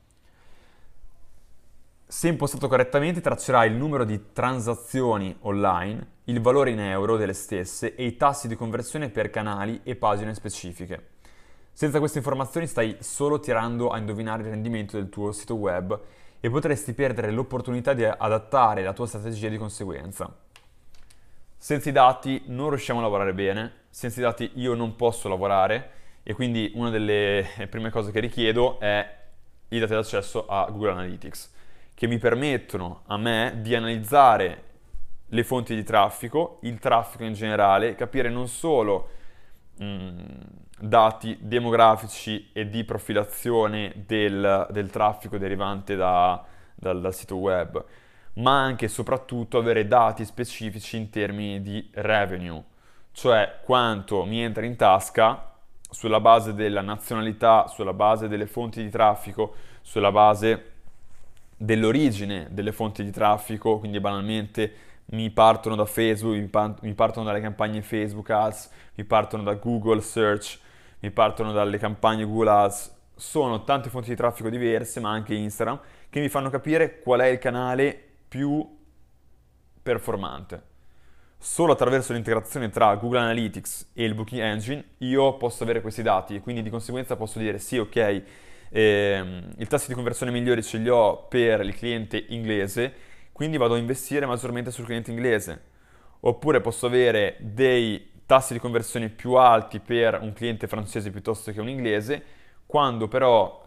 Se impostato correttamente, traccerà il numero di transazioni online, il valore in euro delle stesse e i tassi di conversione per canali e pagine specifiche. Senza queste informazioni stai solo tirando a indovinare il rendimento del tuo sito web e potresti perdere l'opportunità di adattare la tua strategia di conseguenza. Senza i dati non riusciamo a lavorare bene, senza i dati io non posso lavorare, e quindi una delle prime cose che richiedo è i dati d'accesso a Google Analytics, che mi permettono a me di analizzare le fonti di traffico, il traffico in generale, capire non solo dati demografici e di profilazione del traffico derivante dal sito web, ma anche e soprattutto avere dati specifici in termini di revenue, cioè quanto mi entra in tasca sulla base della nazionalità, sulla base delle fonti di traffico, sulla base dell'origine delle fonti di traffico. Quindi banalmente mi partono da Facebook, mi partono dalle campagne Facebook Ads, mi partono da Google Search, mi partono dalle campagne Google Ads. Sono tante fonti di traffico diverse, ma anche Instagram, che mi fanno capire qual è il canale più performante. Solo attraverso l'integrazione tra Google Analytics e il Booking Engine io posso avere questi dati, e quindi di conseguenza posso dire sì, ok, il tasso di conversione migliori ce li ho per il cliente inglese, quindi vado a investire maggiormente sul cliente inglese. Oppure posso avere dei tassi di conversione più alti per un cliente francese piuttosto che un inglese, quando però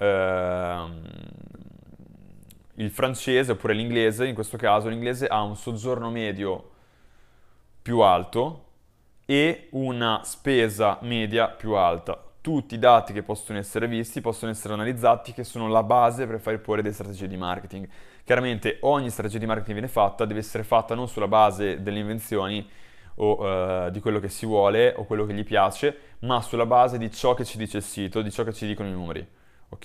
il francese oppure l'inglese, in questo caso l'inglese ha un soggiorno medio più alto e una spesa media più alta. Tutti i dati che possono essere visti, possono essere analizzati, che sono la base per fare poi delle strategie di marketing. Chiaramente ogni strategia di marketing viene fatta, deve essere fatta non sulla base delle invenzioni o di quello che si vuole o quello che gli piace, ma sulla base di ciò che ci dice il sito, di ciò che ci dicono i numeri. Ok?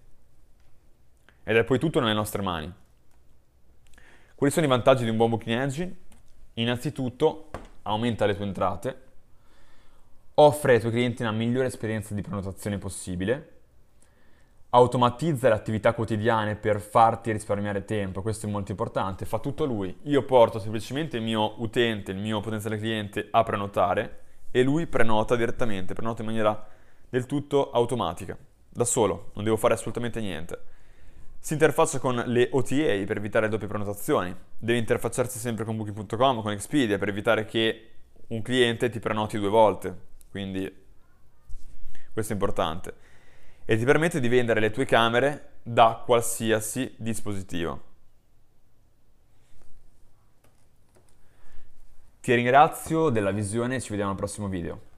Ed è poi tutto nelle nostre mani. Quali sono i vantaggi di un buon booking engine? Innanzitutto aumenta le tue entrate, offre ai tuoi clienti una migliore esperienza di prenotazione possibile, automatizza le attività quotidiane per farti risparmiare tempo, questo è molto importante, fa tutto lui. Io porto semplicemente il mio utente, il mio potenziale cliente a prenotare e lui prenota direttamente, prenota in maniera del tutto automatica, da solo, non devo fare assolutamente niente. Si interfaccia con le OTA per evitare doppie prenotazioni, deve interfacciarsi sempre con Booking.com, con Expedia per evitare che un cliente ti prenoti 2 volte. Quindi questo è importante, e ti permette di vendere le tue camere da qualsiasi dispositivo. Ti ringrazio della visione e ci vediamo al prossimo video.